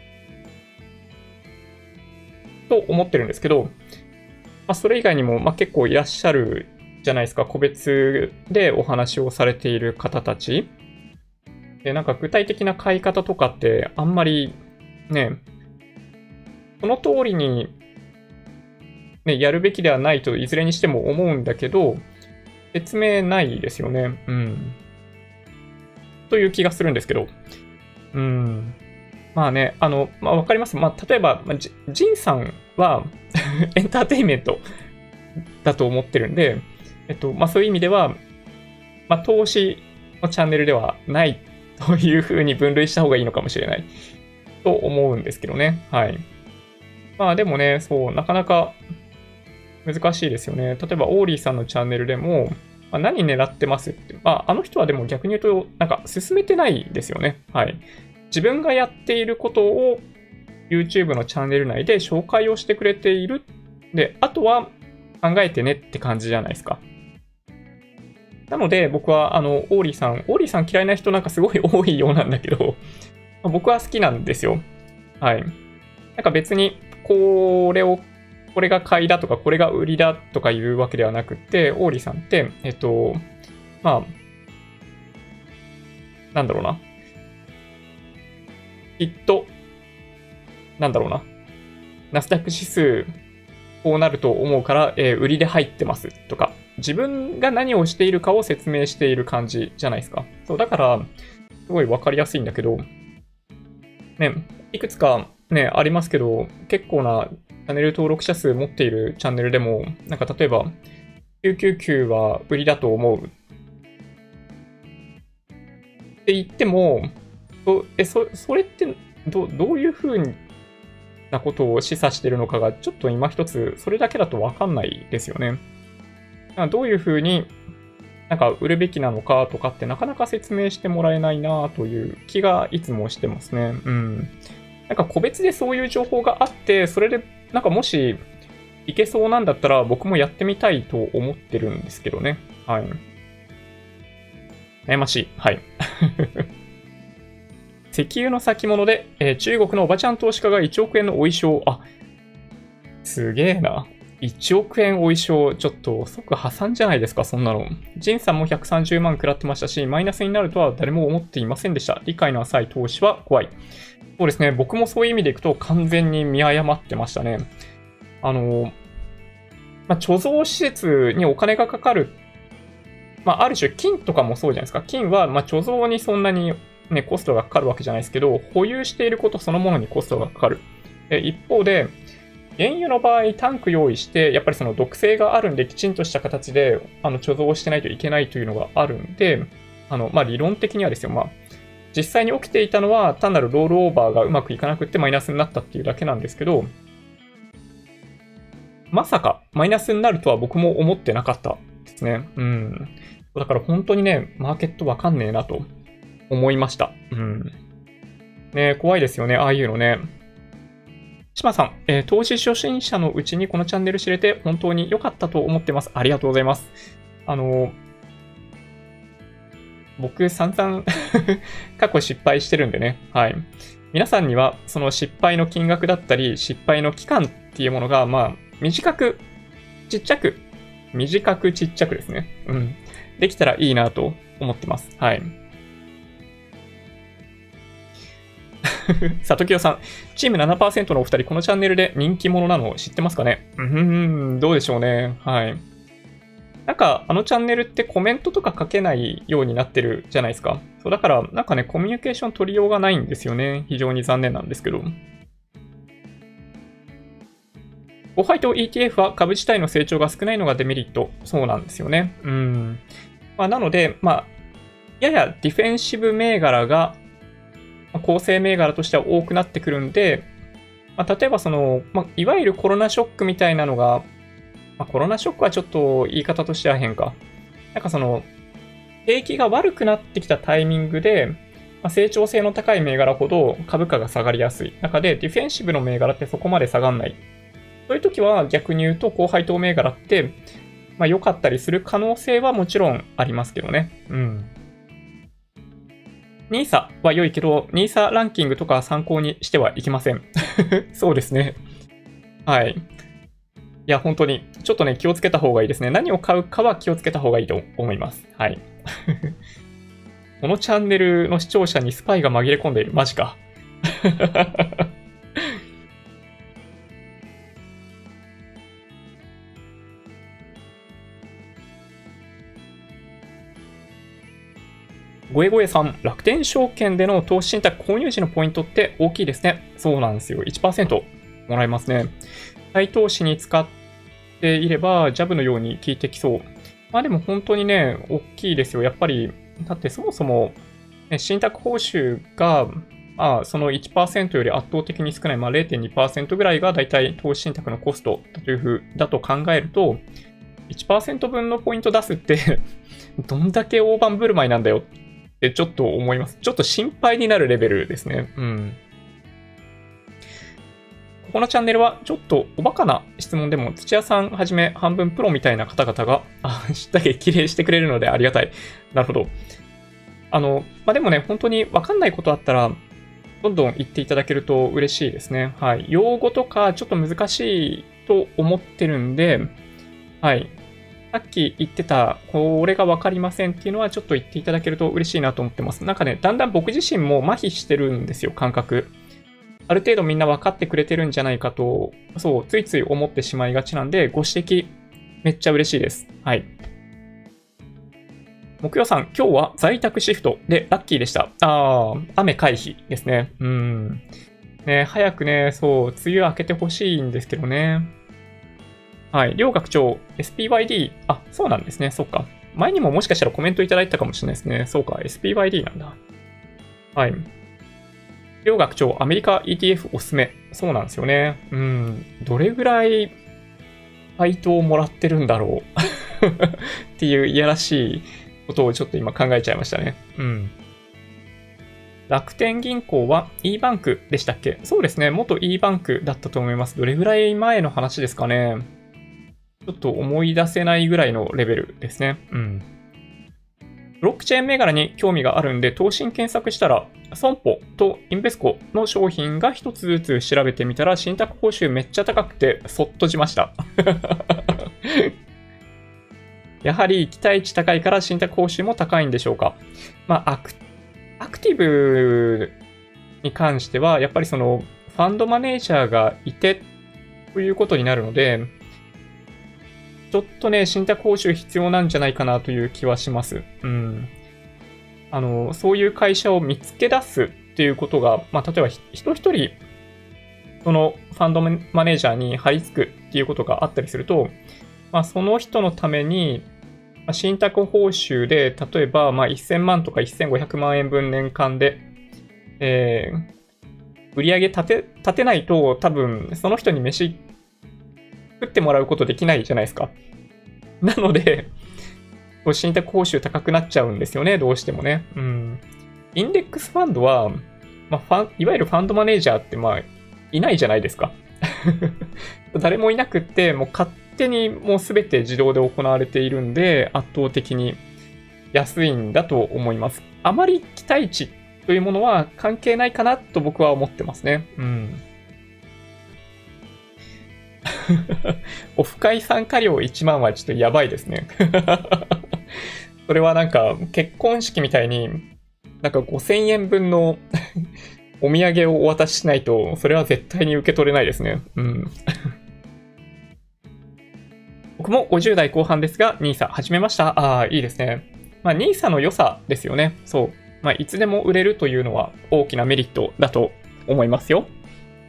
と思ってるんですけど、まあ、それ以外にも、まあ、結構いらっしゃるじゃないですか。個別でお話をされている方たち。で、なんか具体的な買い方とかってあんまりね、その通りに、ね、やるべきではないといずれにしても思うんだけど、説明ないですよね。うん。という気がするんですけど。うん。まあね、あの、まあわかります。まあ例えば、まあ、ジジンさんはエンターテインメントだと思ってるんで、えっと、まあそういう意味では、まあ投資のチャンネルではないというふうに分類した方がいいのかもしれないと思うんですけどね。はい。まあでもね、そう、なかなか難しいですよね。例えば、オーリーさんのチャンネルでも、 まあ、何狙ってますって。まあ、あの人はでも逆に言うと、なんか進めてないですよね。はい。自分がやっていることを YouTube のチャンネル内で紹介をしてくれている。で、あとは考えてねって感じじゃないですか。なので、僕は、あの、オーリーさん、オーリーさん嫌いな人なんかすごい多いようなんだけど、僕は好きなんですよ。はい。なんか別に、これを、これが買いだとか、これが売りだとかいうわけではなくて、オーリーさんって、えっと、まあ、なんだろうな。きっと、なんだろうな。ナスダック指数、こうなると思うから、えー、売りで入ってますとか、自分が何をしているかを説明している感じじゃないですか。そう、だから、すごいわかりやすいんだけど、ね、いくつかね、ありますけど、結構なチャンネル登録者数持っているチャンネルでも、なんか例えば、きゅうきゅうきゅうは売りだと思うって言っても、え、そそれってどどういうふうなことを示唆しているのかが、ちょっと今一つ、それだけだとわかんないですよね。どういうふうになんか売るべきなのかとかってなかなか説明してもらえないなという気がいつもしてますね。うん。なんか個別でそういう情報があって、それでなんかもしいけそうなんだったら僕もやってみたいと思ってるんですけどね。はい。悩ましい。はい。石油の先物で、えー、中国のおばちゃん投資家がいちおくえんのお衣装。あ、すげえな。いちおくえんお衣装、ちょっと即破産じゃないですか、そんなの。ジンさんもひゃくさんじゅうまん食らってましたし、マイナスになるとは誰も思っていませんでした。理解の浅い投資は怖い。そうですね、僕もそういう意味でいくと完全に見誤ってましたね。あの、まあ、貯蔵施設にお金がかかる。まあ、ある種、金とかもそうじゃないですか。金は、ま貯蔵にそんなにね、コストがかかるわけじゃないですけど、保有していることそのものにコストがかかる。一方で、原油の場合、タンク用意して、やっぱりその毒性があるんで、きちんとした形であの貯蔵してないといけないというのがあるんで、あのまあ、理論的にはですよ、まあ、実際に起きていたのは、単なるロールオーバーがうまくいかなくってマイナスになったっていうだけなんですけど、まさかマイナスになるとは僕も思ってなかったですね。うん。だから本当にね、マーケットわかんねえなと思いました。うん。ね、怖いですよね、ああいうのね。島さん、えー、投資初心者のうちにこのチャンネル知れて本当に良かったと思ってます。ありがとうございます。あのー、僕散々過去失敗してるんでね。はい。皆さんにはその失敗の金額だったり、失敗の期間っていうものが、まあ、短く、ちっちゃく、短くちっちゃくですね。うん。できたらいいなと思ってます。はい。さときよさん、チーム ななパーセント のお二人、このチャンネルで人気者なのを知ってますかね？うーん、どうでしょうね。はい。なんか、あのチャンネルってコメントとか書けないようになってるじゃないですか。そう、だから、なんかね、コミュニケーション取りようがないんですよね。非常に残念なんですけど。ゴハイと イーティーエフ は株自体の成長が少ないのがデメリット。そうなんですよね。うん。まあ、なので、まあ、ややディフェンシブ銘柄が、構成銘柄としては多くなってくるんで、まあ、例えばその、まあ、いわゆるコロナショックみたいなのが、まあ、コロナショックはちょっと言い方としては変か。なんかその、景気が悪くなってきたタイミングで、まあ、成長性の高い銘柄ほど株価が下がりやすい中で、ディフェンシブの銘柄ってそこまで下がんない。そういう時は逆に言うと、高配当銘柄って、まあ、良かったりする可能性はもちろんありますけどね。うん。ニーサ は良いけど、ニーサ ランキングとか参考にしてはいけません。そうですね。はい。いや、本当に、ちょっとね、気をつけた方がいいですね。何を買うかは気をつけた方がいいと思います。はい。このチャンネルの視聴者にスパイが紛れ込んでいる。マジか。ごえごえさん、楽天証券での投資信託購入時のポイントって大きいですね。そうなんですよ。いちパーセント もらえますね。再投資に使っていれば、ジャブのように効いてきそう。まあでも本当にね、大きいですよ。やっぱり、だってそもそも、ね、信託報酬が、まあ、その いちパーセント より圧倒的に少ない、まあ、れいてんにパーセント ぐらいがだいたい投資信託のコストというふうだと考えると、 いちパーセント 分のポイント出すってどんだけ大盤振る舞いなんだよってちょっと思います。ちょっと心配になるレベルですね。うん。このチャンネルはちょっとおバカな質問でも土屋さんはじめ半分プロみたいな方々が、あ、だけ綺麗してくれるのでありがたい。なるほど。あの、まあ、でもね、本当にわかんないことあったら、どんどん言っていただけると嬉しいですね。はい。用語とかちょっと難しいと思ってるんで、はい。さっき言ってた、これがわかりませんっていうのはちょっと言っていただけると嬉しいなと思ってます。なんかね、だんだん僕自身も麻痺してるんですよ、感覚。ある程度みんな分かってくれてるんじゃないかと、そう、ついつい思ってしまいがちなんで、ご指摘めっちゃ嬉しいです。はい。木曜さん、今日は在宅シフトでラッキーでした。あー、雨回避ですね。うん。ね、早くね、そう、梅雨明けてほしいんですけどね。はい。両学長、エスピーワイディー、あ、そうなんですね。そっか。前にももしかしたらコメントいただいたかもしれないですね。そうか、エスピーワイディー なんだ。はい。両学長、アメリカ イーティーエフ おすすめ。そうなんですよね。うん。どれぐらい配当をもらってるんだろうっていういやらしいことをちょっと今考えちゃいましたね。うん。楽天銀行は E バンクでしたっけ？そうですね。元 E バンクだったと思います。どれぐらい前の話ですかね。ちょっと思い出せないぐらいのレベルですね。うん。ブロックチェーン銘柄に興味があるんで、投信検索したら、損保とインベスコの商品が一つずつ調べてみたら、信託報酬めっちゃ高くて、そっとじました。やはり期待値高いから信託報酬も高いんでしょうか。まあ、アク、アクティブに関しては、やっぱりその、ファンドマネージャーがいて、ということになるので、ちょっとね、信託報酬必要なんじゃないかなという気はします。うん。あの、そういう会社を見つけ出すっていうことが、まあ、例えば人一人、そのファンドマネージャーに張り付くっていうことがあったりすると、まあ、その人のために、まあ、信託報酬で、例えば、まあ、せんまんとかせんごひゃくまんえん分年間で、えー、売り上げ立て、立てないと、多分、その人に飯食ってもらうことできないじゃないですか。なので、信託報酬高くなっちゃうんですよね、どうしてもね。うん。インデックスファンドは、まあ、ファンいわゆるファンドマネージャーって、まあ、いないじゃないですか。誰もいなくって、もう勝手にもうすべて自動で行われているんで、圧倒的に安いんだと思います。あまり期待値というものは関係ないかなと僕は思ってますね。うん。オフ会参加料いちまんはちょっとやばいですね。それはなんか結婚式みたいになんかごせんえんぶんのお土産をお渡ししないとそれは絶対に受け取れないですね。うん。僕もごじゅう代後半ですが ニーサ 始めました。ああ、いいですね。まあ ニーサ の良さですよね。そう。まあいつでも売れるというのは大きなメリットだと思いますよ。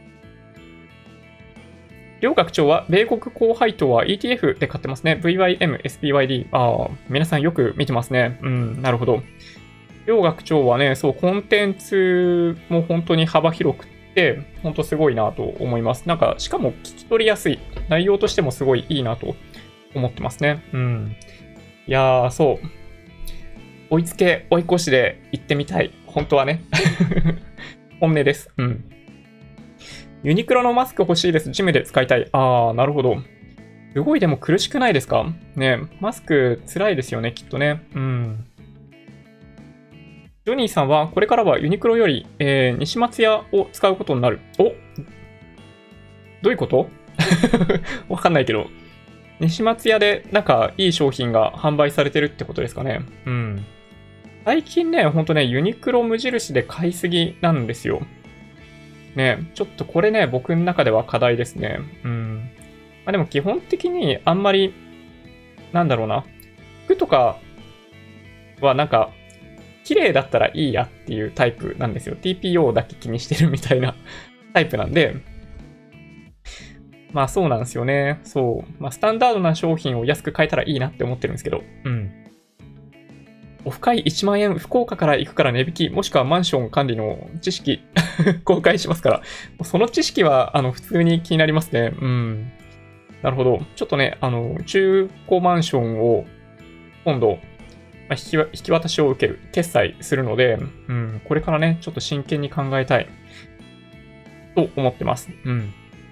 両学長は米国高配当は イーティーエフ で買ってますね。ブイワイエム、エスピーワイディー。ああ、皆さんよく見てますね。うん、なるほど。両学長はね、そう、コンテンツも本当に幅広くて、本当すごいなと思います。なんか、しかも聞き取りやすい。内容としてもすごいいいなと思ってますね。うん。いやー、そう。追いつけ、追い越しで行ってみたい。本当はね。本音です。うん。ユニクロのマスク欲しいです。ジムで使いたい。あー、なるほど。すごいでも苦しくないですかね。マスク辛いですよね、きっとね。うん。ジョニーさんはこれからはユニクロより、えー、西松屋を使うことになる。おどういうことわかんないけど。西松屋でなんかいい商品が販売されてるってことですかね。うん。最近ね、ほんとね、ユニクロ無印で買いすぎなんですよ。ね、ちょっとこれね、僕の中では課題ですね。うん。まあ、でも基本的にあんまり、なんだろうな。服とかはなんか、綺麗だったらいいやっていうタイプなんですよ。ティーピーオー だけ気にしてるみたいなタイプなんで。まあそうなんですよね。そう。まあスタンダードな商品を安く買えたらいいなって思ってるんですけど。うん。オフ会いちまんえん、福岡から行くから値引き、もしくはマンション管理の知識公開しますから、その知識はあの普通に気になりますね。うん。 なるほど。ちょっとね、あの、中古マンションを今度、まあ、引きわ引き渡しを受ける、決済するので、うん、これからね、ちょっと真剣に考えたいと思ってます。うん。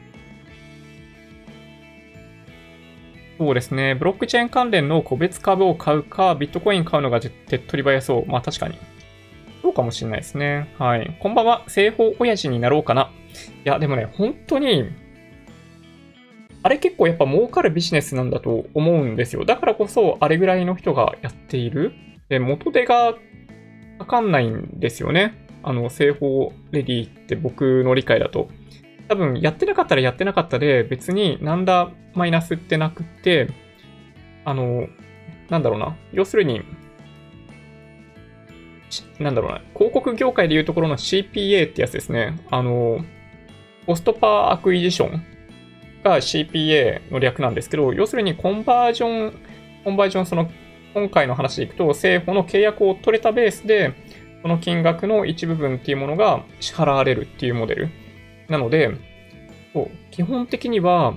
そうですね。ブロックチェーン関連の個別株を買うか、ビットコイン買うのが手っ取り早そう。まあ確かに。そうかもしれないですね。はい。こんばんは。製法親父になろうかな。いや、でもね、本当に、あれ結構やっぱ儲かるビジネスなんだと思うんですよ。だからこそ、あれぐらいの人がやっている。で、元手がかかんないんですよね。あの、製法レディって僕の理解だと。多分、やってなかったらやってなかったで、別になんだマイナスってなくって、あの、なんだろうな。要するに、なんだろうな。広告業界でいうところの シーピーエー ってやつですね。あの、コストパーアクイジションが シーピーエー の略なんですけど、要するにコンバージョン、コンバージョン、その、今回の話でいくと、政府の契約を取れたベースで、その金額の一部分っていうものが支払われるっていうモデル。なので、基本的には、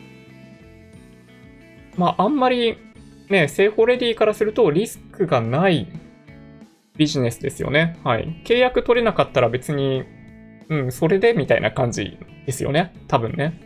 まあ、あんまりね、製法レディからするとリスクがないビジネスですよね。はい。契約取れなかったら別に、うん、それでみたいな感じですよね。多分ね。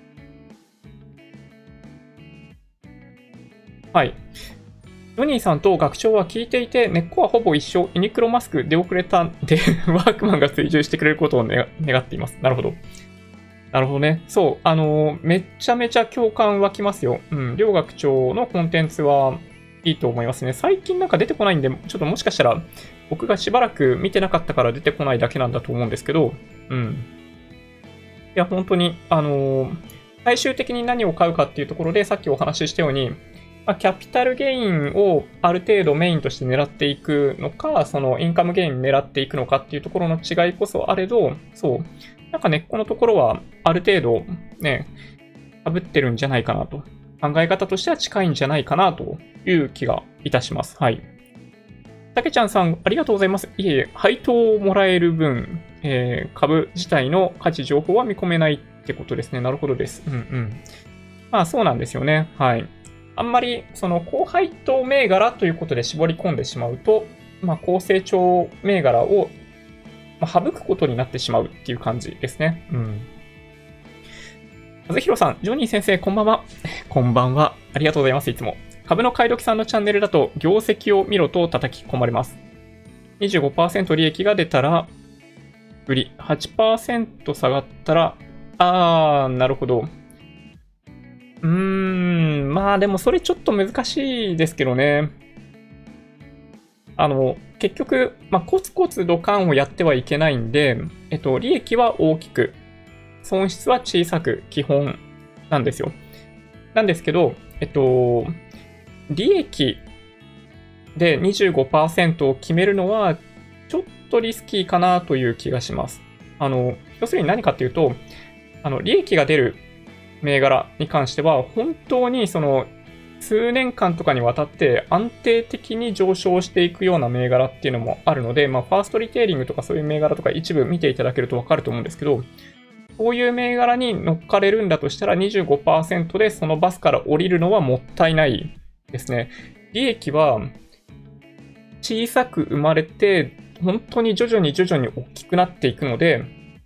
はい。ジョニーさんと学長は聞いていて、根っこはほぼ一緒、ユニクロマスク出遅れたんで、ワークマンが追従してくれることを願っています。なるほど。なるほどね。そう。あのー、めっちゃめちゃ共感湧きますよ。うん。両学長のコンテンツはいいと思いますね。最近なんか出てこないんで、ちょっともしかしたら僕がしばらく見てなかったから出てこないだけなんだと思うんですけど、うん。いや、本当に、あのー、最終的に何を買うかっていうところで、さっきお話ししたように、まあ、キャピタルゲインをある程度メインとして狙っていくのか、そのインカムゲイン狙っていくのかっていうところの違いこそあれど、そう。なんか根っこのところはある程度ね、被ってるんじゃないかなと。考え方としては近いんじゃないかなという気がいたします。はい。たけちゃんさん、ありがとうございます。いえいえ、配当をもらえる分、えー、株自体の価値情報は見込めないってことですね。なるほどです。うんうん。まあそうなんですよね。はい。あんまり、その高配当銘柄ということで絞り込んでしまうと、まあ高成長銘柄を省くことになってしまうっていう感じですね。うん。和弘さん、ジョニー先生、こんばんは。こんばんは。ありがとうございます、いつも。株の買い時さんのチャンネルだと、業績を見ろと叩き込まれます。にじゅうごパーセント 利益が出たら、売り。はちパーセント 下がったら、あー、なるほど。うーん、まあでもそれちょっと難しいですけどね。あの、結局、まあ、コツコツドカンをやってはいけないんで、えっと、利益は大きく、損失は小さく、基本なんですよ。なんですけど、えっと、利益で にじゅうごパーセント を決めるのは、ちょっとリスキーかなという気がします。あの、要するに何かっていうと、あの、利益が出る銘柄に関しては、本当にその、数年間とかにわたって安定的に上昇していくような銘柄っていうのもあるので、まあ、ファーストリテイリングとかそういう銘柄とか一部見ていただけるとわかると思うんですけど、こういう銘柄に乗っかれるんだとしたら にじゅうごパーセント でそのバスから降りるのはもったいないですね。利益は小さく生まれて、本当に徐々に徐々に大きくなっていくので、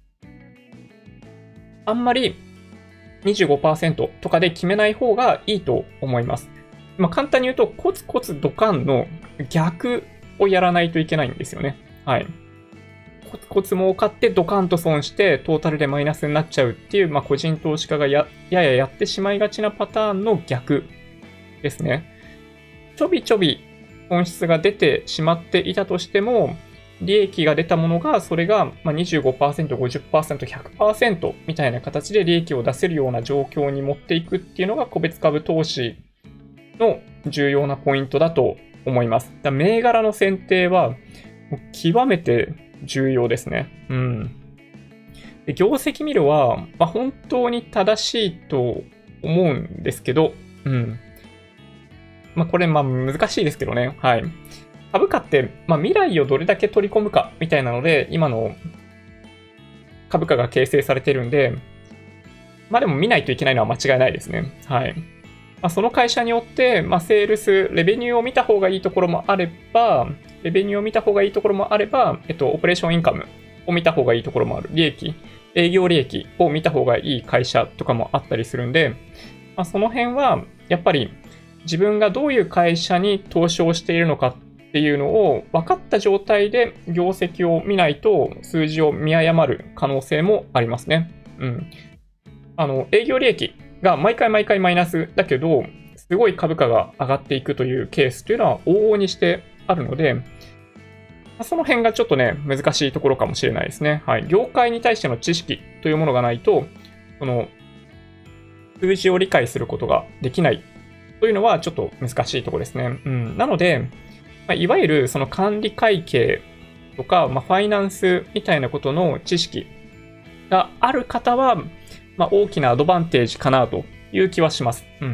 あんまり にじゅうごパーセント とかで決めない方がいいと思います。まあ、簡単に言うと、コツコツドカンの逆をやらないといけないんですよね。はい。コツコツ儲かってドカンと損してトータルでマイナスになっちゃうっていう、まあ、個人投資家が や, やややってしまいがちなパターンの逆ですね。ちょびちょび損失が出てしまっていたとしても、利益が出たものが、それが にじゅうごパーセント、ごじゅっパーセント、ひゃくパーセント みたいな形で利益を出せるような状況に持っていくっていうのが個別株投資の重要なポイントだと思います。だ銘柄の選定は極めて重要ですね。うん。で業績見るは、まあ、本当に正しいと思うんですけど、うん。まあ、これ、まあ、難しいですけどね。はい。株価って、まあ、未来をどれだけ取り込むかみたいなので、今の株価が形成されてるんで、 まあでも見ないといけないのは間違いないですね。はい。まあ、その会社によって、まあ、セールス、レベニューを見た方がいいところもあれば、レベニューを見た方がいいところもあれば、えっと、オペレーションインカムを見た方がいいところもある。利益、営業利益を見た方がいい会社とかもあったりするんで、まあ、その辺は、やっぱり自分がどういう会社に投資をしているのかっていうのを分かった状態で業績を見ないと数字を見誤る可能性もありますね。うん。あの、営業利益が毎回毎回マイナスだけど、すごい株価が上がっていくというケースというのは往々にしてあるので、その辺がちょっとね、難しいところかもしれないですね。はい。業界に対しての知識というものがないと、この数字を理解することができないというのはちょっと難しいところですね。うん。なので、まあ、いわゆるその管理会計とか、まあ、ファイナンスみたいなことの知識がある方は、まあ、大きなアドバンテージかなという気はします。うん。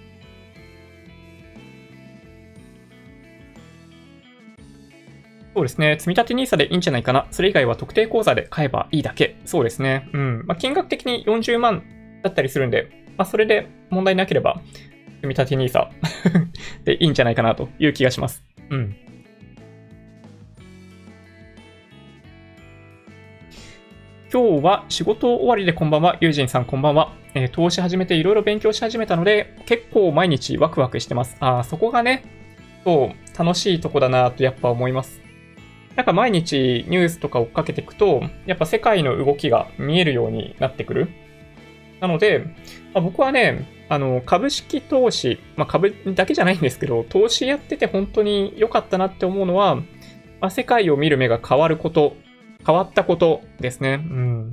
そうですね。積立 ニーサ でいいんじゃないかな。それ以外は特定口座で買えばいいだけ。そうですね。うん。まあ、金額的によんじゅうまんだったりするんで、まあ、それで問題なければ、積立 ニーサ でいいんじゃないかなという気がします。うん。今日は仕事終わりでこんばんは。ユージンさんこんばんは。えー、投資始めていろいろ勉強し始めたので、結構毎日ワクワクしてます。ああ、そこがね、そう、楽しいとこだなとやっぱ思います。なんか毎日ニュースとか追っかけていくと、やっぱ世界の動きが見えるようになってくる。なので、まあ、僕はね、あの、株式投資、まあ、株だけじゃないんですけど、投資やってて本当に良かったなって思うのは、まあ、世界を見る目が変わること、変わったことですね。うん。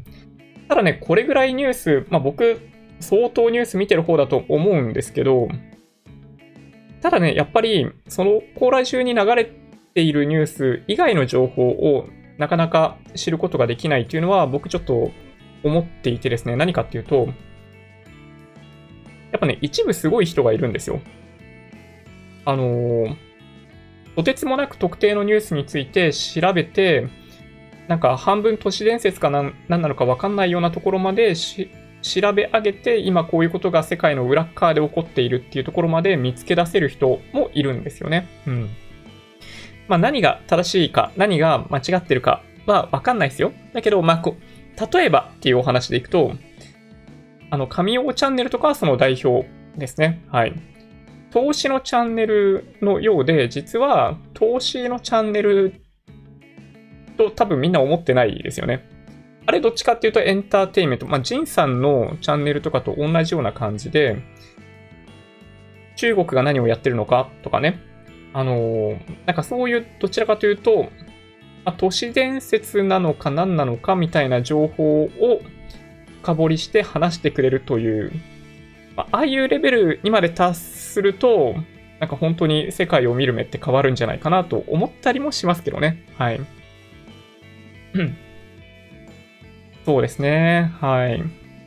ただね、これぐらいニュース、まあ僕、相当ニュース見てる方だと思うんですけど、ただね、やっぱり、そのコーラ中に流れているニュース以外の情報をなかなか知ることができないっていうのは、僕ちょっと思っていてですね、何かっていうと、やっぱね、一部すごい人がいるんですよ。あのー、とてつもなく特定のニュースについて調べて、なんか半分都市伝説か何なのか分かんないようなところまでし調べ上げて、今こういうことが世界の裏側で起こっているっていうところまで見つけ出せる人もいるんですよね。うん。まあ何が正しいか、何が間違ってるかは分かんないですよ。だけど、まあこう、例えばっていうお話でいくと、あの、神尾チャンネルとかはその代表ですね。はい。投資のチャンネルのようで、実は投資のチャンネルと多分みんな思ってないですよね。あれどっちかっていうとエンターテインメント。まあ、ジンさんのチャンネルとかと同じような感じで、中国が何をやってるのかとかね。あのー、なんかそういうどちらかというと、まあ、都市伝説なのか何なのかみたいな情報を深掘りして話してくれるという、まあ、ああいうレベルにまで達すると、なんか本当に世界を見る目って変わるんじゃないかなと思ったりもしますけどね。はい。うん。そうですね。はい。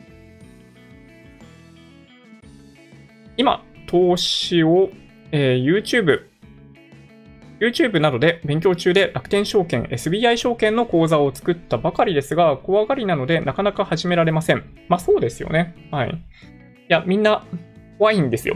今、投資を、えー、YouTube、YouTube などで勉強中で楽天証券、エスビーアイ 証券の口座を作ったばかりですが、怖がりなのでなかなか始められません。まあそうですよね。はい。いや、みんな怖いんですよ。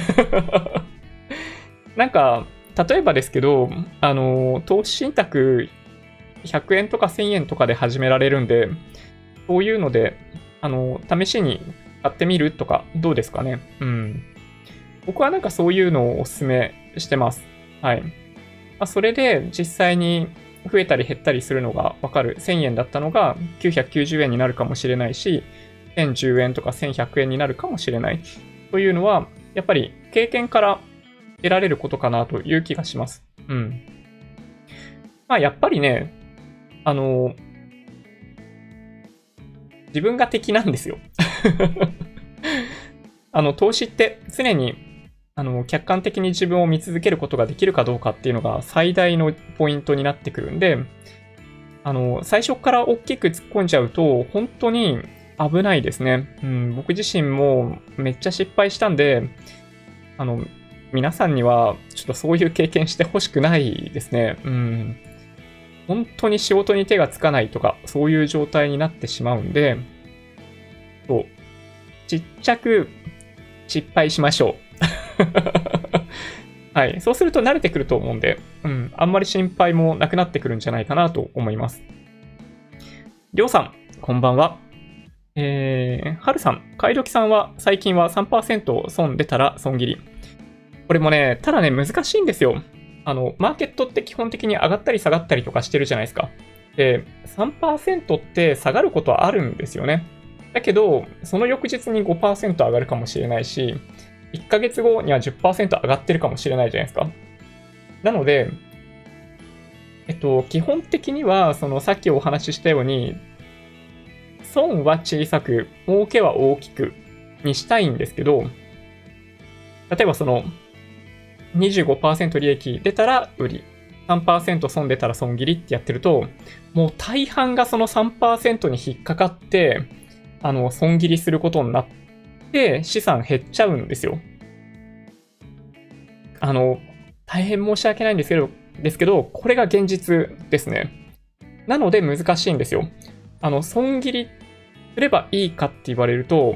なんか、例えばですけど、あの、投資信託ひゃくえんとかせんえんとかで始められるんで、そういうので、あの、試しに買ってみるとか、どうですかね。うん。僕はなんかそういうのをお勧めしてます。はい。まあ、それで実際に増えたり減ったりするのがわかる。せんえんだったのがきゅうひゃくきゅうじゅうえんになるかもしれないし、せんじゅうえんとかせんひゃくえんになるかもしれない。というのは、やっぱり経験から得られることかなという気がします。うん。まあやっぱりね、あの、自分が敵なんですよ。あの、投資って常に、あの、客観的に自分を見続けることができるかどうかっていうのが最大のポイントになってくるんで、あの、最初から大きく突っ込んじゃうと、本当に危ないですね。うん、僕自身もめっちゃ失敗したんで、あの、皆さんにはちょっとそういう経験してほしくないですね。うん。本当に仕事に手がつかないとか、そういう状態になってしまうんで、そう。 ちっちゃく失敗しましょう。はい。そうすると慣れてくると思うんで、うん。あんまり心配もなくなってくるんじゃないかなと思います。りょうさん、こんばんは。えー、はるさん、買い時さんは最近は さんパーセント 損出たら損切り。これもね、ただね、難しいんですよ。あの、マーケットって基本的に上がったり下がったりとかしてるじゃないですか。で、さんパーセント って下がることはあるんですよね。だけど、その翌日に ごパーセント 上がるかもしれないし、いっかげつごには じゅっパーセント 上がってるかもしれないじゃないですか。なので、えっと、基本的には、そのさっきお話ししたように、損は小さく、儲けは大きくにしたいんですけど、例えばその、にじゅうごパーセント 利益出たら売り、さんパーセント 損出たら損切りってやってると、もう大半がその さんパーセント に引っかかって、あの、損切りすることになって、資産減っちゃうんですよ。あの、大変申し訳ないんですけど、ですけど、これが現実ですね。なので難しいんですよ。あの、損切りすればいいかって言われると、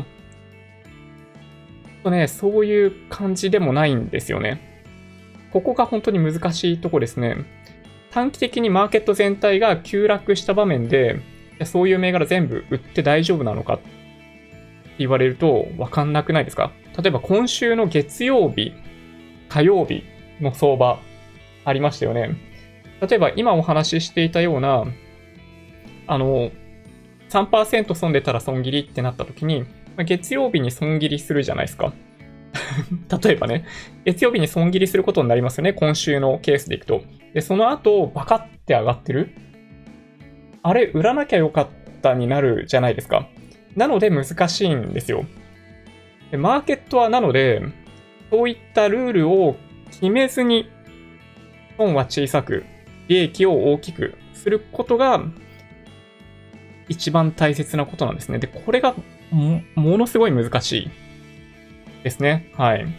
とね、そういう感じでもないんですよね。ここが本当に難しいとこですね。短期的にマーケット全体が急落した場面で、そういう銘柄全部売って大丈夫なのかって言われると分かんなくないですか？例えば今週の月曜日、火曜日の相場ありましたよね。例えば今お話ししていたような、あの、さんパーセント 損出たら損切りってなった時に、月曜日に損切りするじゃないですか。例えばね、月曜日に損切りすることになりますよね。今週のケースでいくと。で、その後、バカって上がってる？あれ、売らなきゃよかったになるじゃないですか。なので難しいんですよ。で、マーケットはなので、そういったルールを決めずに、損は小さく、利益を大きくすることが、一番大切なことなんですね。で、これがも、ものすごい難しいですね。はい。い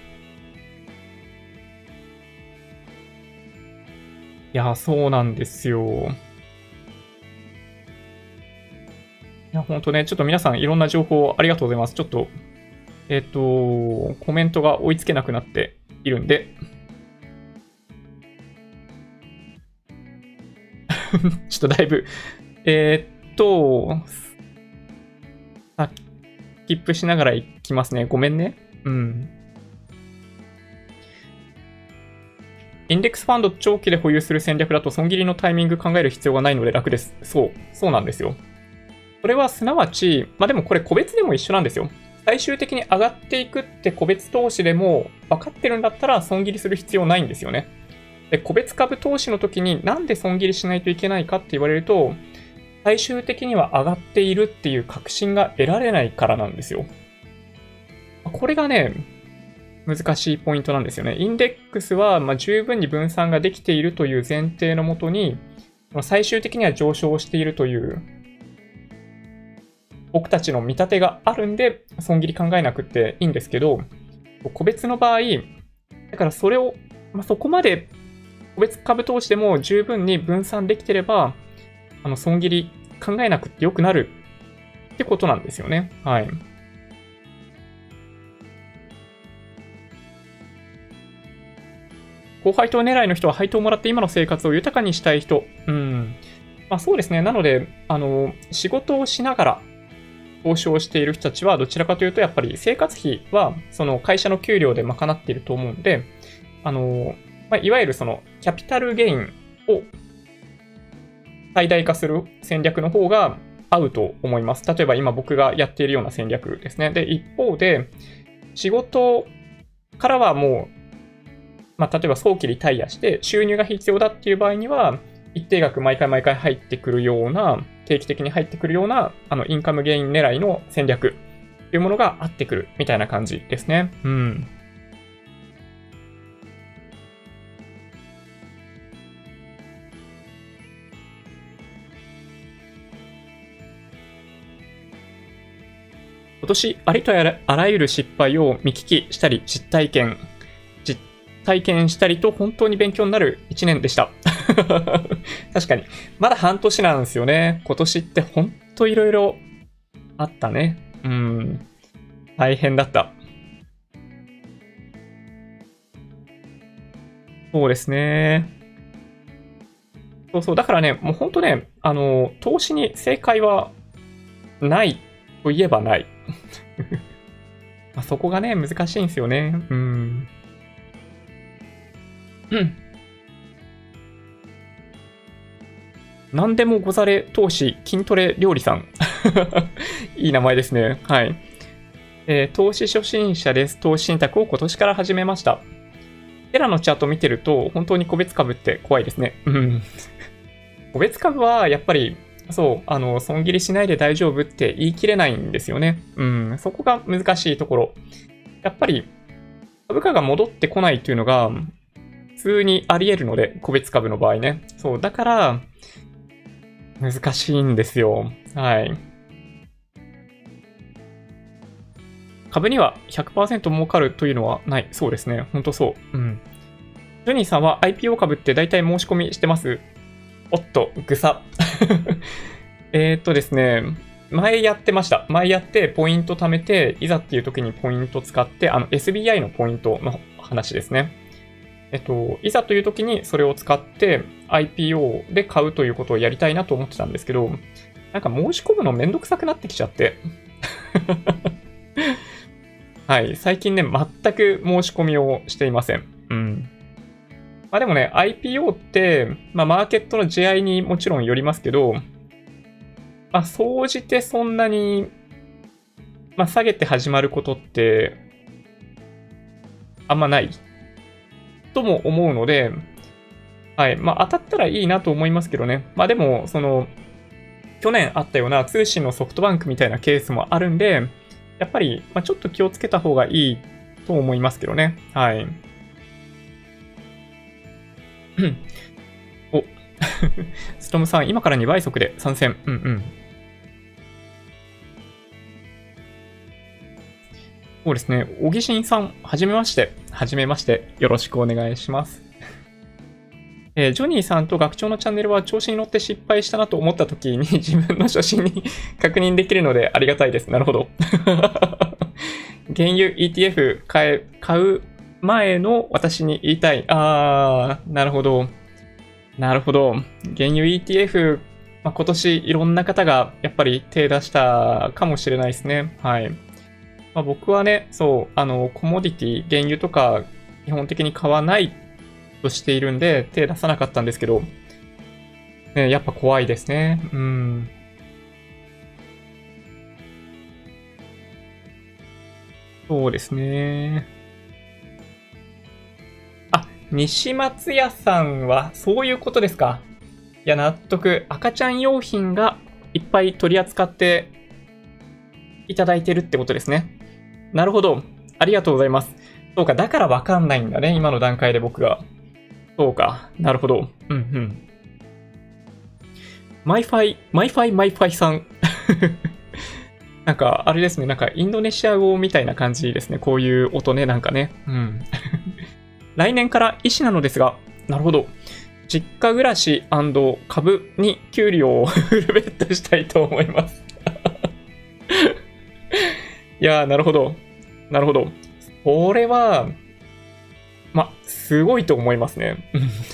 や、そうなんですよ。いや、ほんとね、ちょっと皆さんいろんな情報ありがとうございます。ちょっと、えっと、コメントが追いつけなくなっているんで、ちょっとだいぶ、えー、っと、あ、スキップしながらいきますね。ごめんね。うん。インデックスファンド長期で保有する戦略だと損切りのタイミング考える必要がないので楽です。そう、そうなんですよ。それはすなわち、まあでもこれ個別でも一緒なんですよ。最終的に上がっていくって個別投資でも分かってるんだったら損切りする必要ないんですよね。で、個別株投資の時になんで損切りしないといけないかって言われると、最終的には上がっているっていう確信が得られないからなんですよ。これがね、難しいポイントなんですよね。インデックスはまあ十分に分散ができているという前提のもとに、最終的には上昇しているという僕たちの見立てがあるんで、損切り考えなくていいんですけど、個別の場合、だからそれを、まあ、そこまで個別株投資でも十分に分散できてれば、あの損切り考えなくてよくなるってことなんですよね。はい。高配当狙いの人は配当をもらって今の生活を豊かにしたい人。うん。まあそうですね。なので、あの、仕事をしながら投資をしている人たちはどちらかというとやっぱり生活費はその会社の給料で賄っていると思うんで、あの、まあ、いわゆるそのキャピタルゲインを最大化する戦略の方が合うと思います。例えば今僕がやっているような戦略ですね。で、一方で仕事からはもう、まあ、例えば早期リタイアして収入が必要だっていう場合には、一定額毎回毎回入ってくるような、定期的に入ってくるような、あの、インカムゲイン狙いの戦略というものがあってくるみたいな感じですね。うん。今年、ありとあらゆる失敗を見聞きしたり、実体験、実体験したりと本当に勉強になるいちねんでした。確かに。まだ半年なんですよね。今年ってほんといろいろあったね。うん。 大変だった。そうですね。そうそう。だからね、もう本当ね、あの、投資に正解はないといえばない。まあそこがね、難しいんですよね。うん。うん。何でもござれ投資筋トレ料理さん。いい名前ですね。はい。えー投資初心者です。投資信託を今年から始めました。テラのチャート見てると、本当に個別株って怖いですね。うん。個別株は、やっぱり、そう、あの、損切りしないで大丈夫って言い切れないんですよね。うん。そこが難しいところ。やっぱり、株価が戻ってこないというのが、普通にあり得るので、個別株の場合ね。そう、だから、難しいんですよ。はい。株には ひゃくパーセント 儲かるというのはない。そうですね。ほんとそう。うん。ジョニーさんは アイピーオー 株って大体申し込みしてます？おっと、ぐさ。えーっとですね、前やってました。前やってポイント貯めて、いざっていう時にポイント使って、あの エスビーアイ のポイントの話ですね。えっと、いざという時にそれを使って アイピーオー で買うということをやりたいなと思ってたんですけど、なんか申し込むのめんどくさくなってきちゃって。はい。最近ね、全く申し込みをしていません。うん。まあでもね、アイピーオー って、まあマーケットの地合いにもちろんよりますけど、まあ総じてそんなに、まあ下げて始まることってあんまないとも思うので、はい。まあ当たったらいいなと思いますけどね。まあでも、その、去年あったような通信のソフトバンクみたいなケースもあるんで、やっぱり、まあ、ちょっと気をつけた方がいいと思いますけどね。はい。お、ストムさん、今からにばい速で参戦。うんうん。そうですね。小木新さん、はじめまして。はじめまして。よろしくお願いします。えージョニーさんと学長のチャンネルは調子に乗って失敗したなと思った時に自分の初心に確認できるのでありがたいです。なるほど。原油 イーティーエフ 買え、買う前の私に言いたい。あー、なるほど。なるほど。原油 イーティーエフ、まあ、今年いろんな方がやっぱり手出したかもしれないですね。はい。まあ、僕はね、そう、あの、コモディティ、原油とか基本的に買わないとしているんで手出さなかったんですけど、ね、やっぱ怖いですね。うん。そうですね。あ、西松屋さんはそういうことですか。いや、納得。赤ちゃん用品がいっぱい取り扱っていただいてるってことですね。なるほど。ありがとうございます。そうか、だからわかんないんだね。今の段階で僕が。そうか。なるほど。うんうん。マイファイ、マイファイマイファイさん。なんか、あれですね。なんか、インドネシア語みたいな感じですね。こういう音ね、なんかね。うん。来年から医師なのですが、なるほど。実家暮らし株に給料をフルベットしたいと思います。いやー、なるほど。なるほど。これは、ま、すごいと思いますね。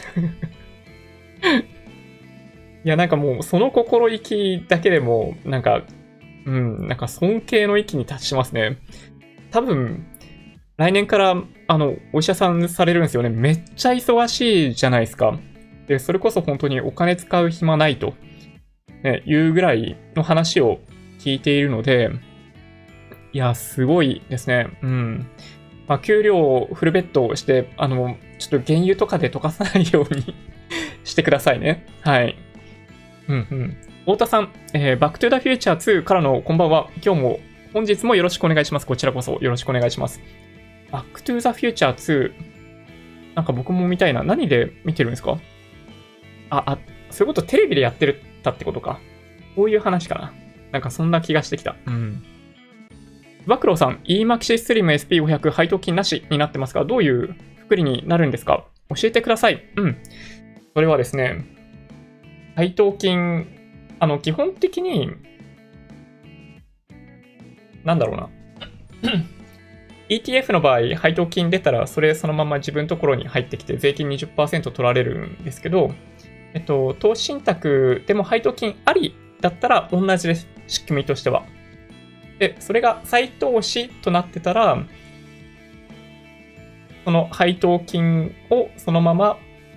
いや、なんかもう、その心意気だけでも、なんか、うん、なんか尊敬の域に達しますね。多分、来年から、あの、お医者さんされるんですよね。めっちゃ忙しいじゃないですか。で、それこそ本当にお金使う暇ないと、ね、いうぐらいの話を聞いているので、いや、すごいですね。うん。まあ、給料をフルベットして、あの、ちょっと原油とかで溶かさないようにしてくださいね。はい。うんうん。太田さん、えー、バックトゥーザフューチャーツーからのこんばんは。今日も、本日もよろしくお願いします。こちらこそよろしくお願いします。バックトゥーザフューチャーツー、なんか僕も見たいな。何で見てるんですか？あ、あ、そういうことテレビでやってるたってことか。こういう話かな。なんかそんな気がしてきた。うん。バクローさん、イーマキシスリム エスピーごひゃく 配当金なしになってますが、どういう福利になるんですか？教えてください。うん。それはですね、配当金、あの、基本的に、なんだろうな。 イーティーエフ の場合、配当金出たら、それそのまま自分のところに入ってきて、税金 にじゅっパーセント 取られるんですけど、えっと、投資信託でも配当金ありだったら同じです。仕組みとしては。で、それが再投資となってたら、その配当金をそのまま、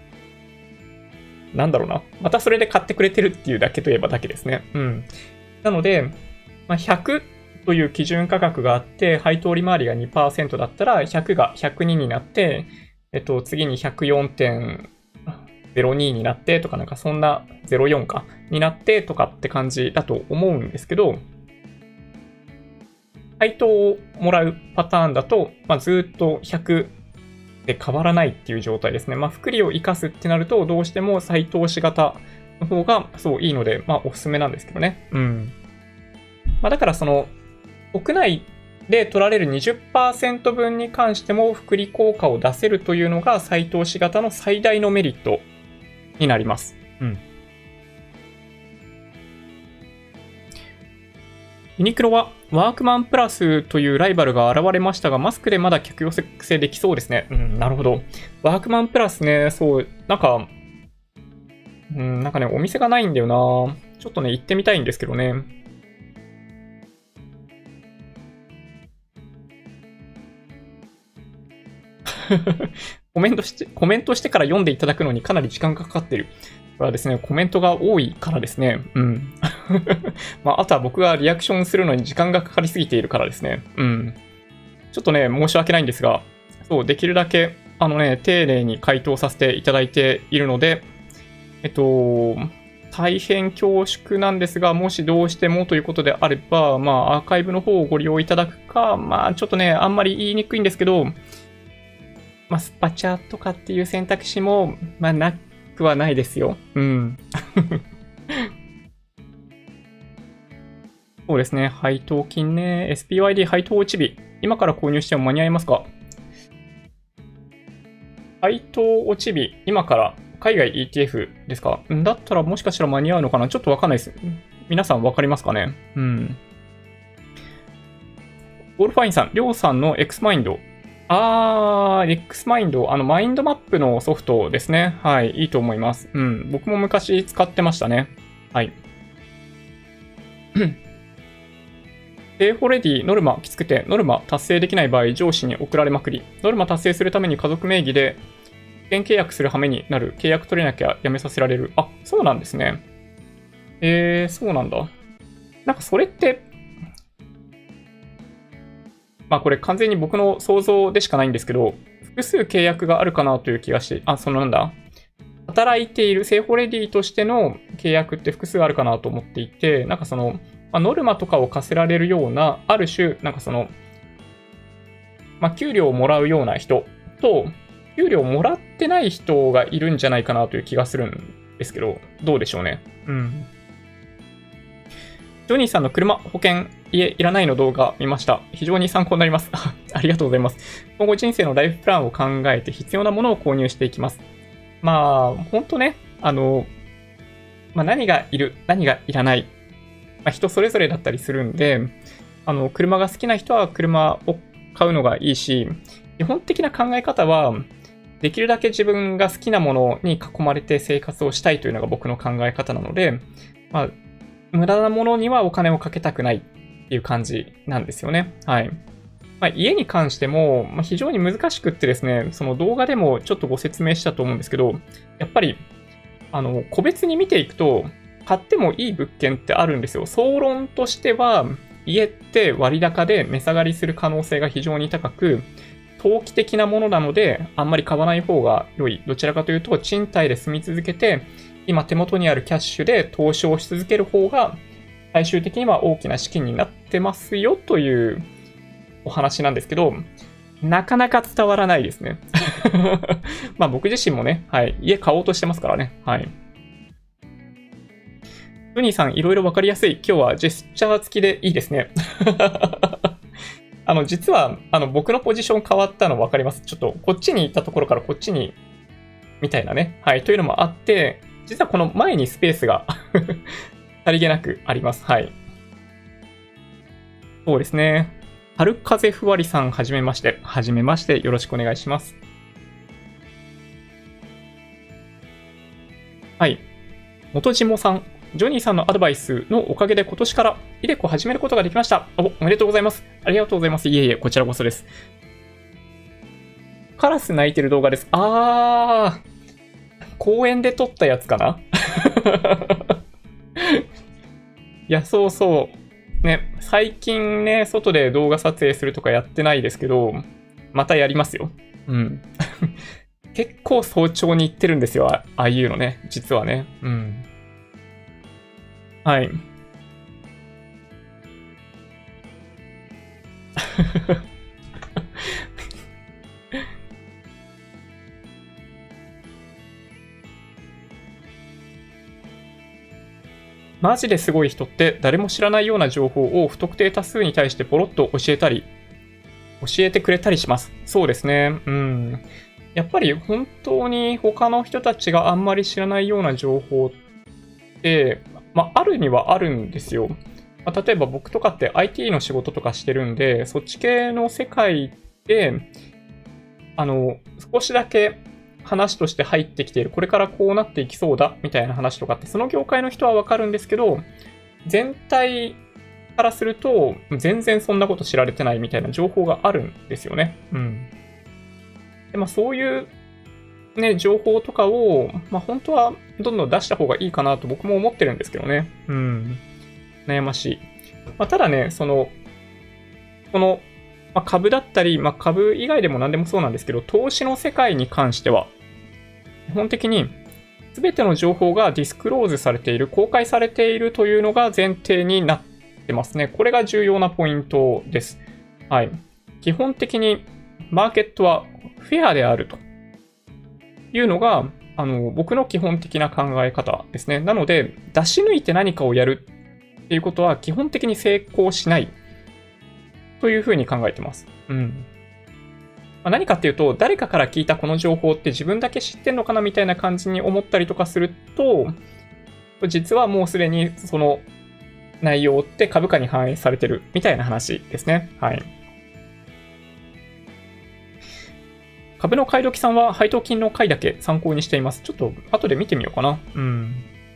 なんだろうな。またそれで買ってくれてるっていうだけといえばだけですね。うん。なので、まあ、ひゃくという基準価格があって、配当利回りが にパーセント だったら、ひゃくがひゃくにになって、えっと、次に ひゃくよんてんゼロに になってとか、なんかそんなゼロよんかになってとかって感じだと思うんですけど、配当をもらうパターンだと、まあ、ずっとひゃくで変わらないっていう状態ですね。まあ、複利を生かすってなると、どうしても再投資型の方がそういいので、まあ、おすすめなんですけどね。うん。まあ、だからその、国内で取られる にじゅっパーセント 分に関しても複利効果を出せるというのが再投資型の最大のメリットになります。うん。ユニクロはワークマンプラスというライバルが現れましたが、マスクでまだ客寄せできそうですね。うん、なるほど。ワークマンプラスね、そう、なんか、うん、なんかね、お店がないんだよな。ちょっとね、行ってみたいんですけどね。コメントして、コメントしてから読んでいただくのにかなり時間がかかってる。これはですね、コメントが多いからですね。うん。まあ、あとは僕がリアクションするのに時間がかかりすぎているからですね。うん。ちょっとね、申し訳ないんですが、そう、できるだけ、あのね、丁寧に回答させていただいているので、えっと、大変恐縮なんですが、もしどうしてもということであれば、まあ、アーカイブの方をご利用いただくか、まあ、ちょっとね、あんまり言いにくいんですけど、まあ、スパチャとかっていう選択肢も、まあ、なくはないですよ。うん。そうですね。配当金ね。エスピーワイディー 配当落ち日。今から購入しても間に合いますか？配当落ち日。今から海外 イーティーエフ ですか？だったらもしかしたら間に合うのかな？ちょっとわかんないです。皆さんわかりますかね？うん。ゴールファインさん、りょうさんの X マインド。あー、X マインド。あの、マインドマップのソフトですね。はい。いいと思います。うん。僕も昔使ってましたね。はい。セーフォレディ、ノルマきつくて、ノルマ達成できない場合、上司に送られまくり。ノルマ達成するために家族名義で、保険契約する羽目になる。契約取れなきゃ辞めさせられる。あ、そうなんですね。えー、そうなんだ。なんかそれって、まあこれ完全に僕の想像でしかないんですけど、複数契約があるかなという気がして、あ、そのなんだ。働いているセーフォレディとしての契約って複数あるかなと思っていて、なんかその、まあ、ノルマとかを課せられるような、ある種、なんかその、まあ、給料をもらうような人と、給料をもらってない人がいるんじゃないかなという気がするんですけど、どうでしょうね。うん。ジョニーさんの車、保険、家いらないの動画見ました。非常に参考になります。ありがとうございます。今後人生のライフプランを考えて必要なものを購入していきます。まあ、ほんとね、あの、まあ、何がいる、何がいらない。まあ、人それぞれだったりするんで、あの、車が好きな人は車を買うのがいいし、基本的な考え方は、できるだけ自分が好きなものに囲まれて生活をしたいというのが僕の考え方なので、まあ、無駄なものにはお金をかけたくないっていう感じなんですよね。はい。まあ、家に関しても、まあ、非常に難しくってですね、その動画でもちょっとご説明したと思うんですけど、やっぱり、あの、個別に見ていくと、買ってもいい物件ってあるんですよ。総論としては、家って割高で値下がりする可能性が非常に高く、投機的なものなので、あんまり買わない方が良い。どちらかというと、賃貸で住み続けて、今手元にあるキャッシュで投資をし続ける方が、最終的には大きな資金になってますよというお話なんですけど、なかなか伝わらないですね。まあ僕自身もね、はい、家買おうとしてますからね。はい。トニーさん、いろいろわかりやすい。今日はジェスチャー付きでいいですね。あの、実は、あの、僕のポジション変わったの分かります。ちょっと、こっちに行ったところからこっちに、みたいなね。はい。というのもあって、実はこの前にスペースがさりげなくあります。はい。そうですね。 春風ふわりさん、はじめまして。はじめまして。よろしくお願いします。はい。元じもさん。ジョニーさんのアドバイスのおかげで今年からイデコを始めることができました。お、おめでとうございます。ありがとうございます。いえいえ、こちらこそです。カラス鳴いてる動画です。あー、公園で撮ったやつかないや、そうそう。ね、最近ね、外で動画撮影するとかやってないですけど、またやりますよ。うん。結構早朝に行ってるんですよ。ああいうのね。実はね。うん。はい。マジですごい人って誰も知らないような情報を不特定多数に対してポロッと教えたり、教えてくれたりします。そうですね。うん。やっぱり本当に他の人たちがあんまり知らないような情報って、まあ、あるにはあるんですよ。まあ、例えば僕とかって アイティー の仕事とかしてるんで、そっち系の世界で、あの、少しだけ話として入ってきている、これからこうなっていきそうだ、みたいな話とかって、その業界の人はわかるんですけど、全体からすると、全然そんなこと知られてないみたいな情報があるんですよね。うん。で、まあそういうね、情報とかを、まあ本当はどんどん出した方がいいかなと僕も思ってるんですけどね。うん。悩ましい。まあ、ただね、その、この、まあ、株だったり、まあ、株以外でも何でもそうなんですけど、投資の世界に関しては、基本的に全ての情報がディスクローズされている、公開されているというのが前提になってますね。これが重要なポイントです。はい。基本的にマーケットはフェアであるというのが、あの、僕の基本的な考え方ですね。なので、出し抜いて何かをやるっていうことは基本的に成功しないというふうに考えてます。うん。まあ、何かっていうと、誰かから聞いたこの情報って自分だけ知ってんのかなみたいな感じに思ったりとかすると、実はもうすでにその内容って株価に反映されてるみたいな話ですね。はい。株の買い時さんは配当金の回だけ参考にしています。ちょっと後で見てみようかな。うん。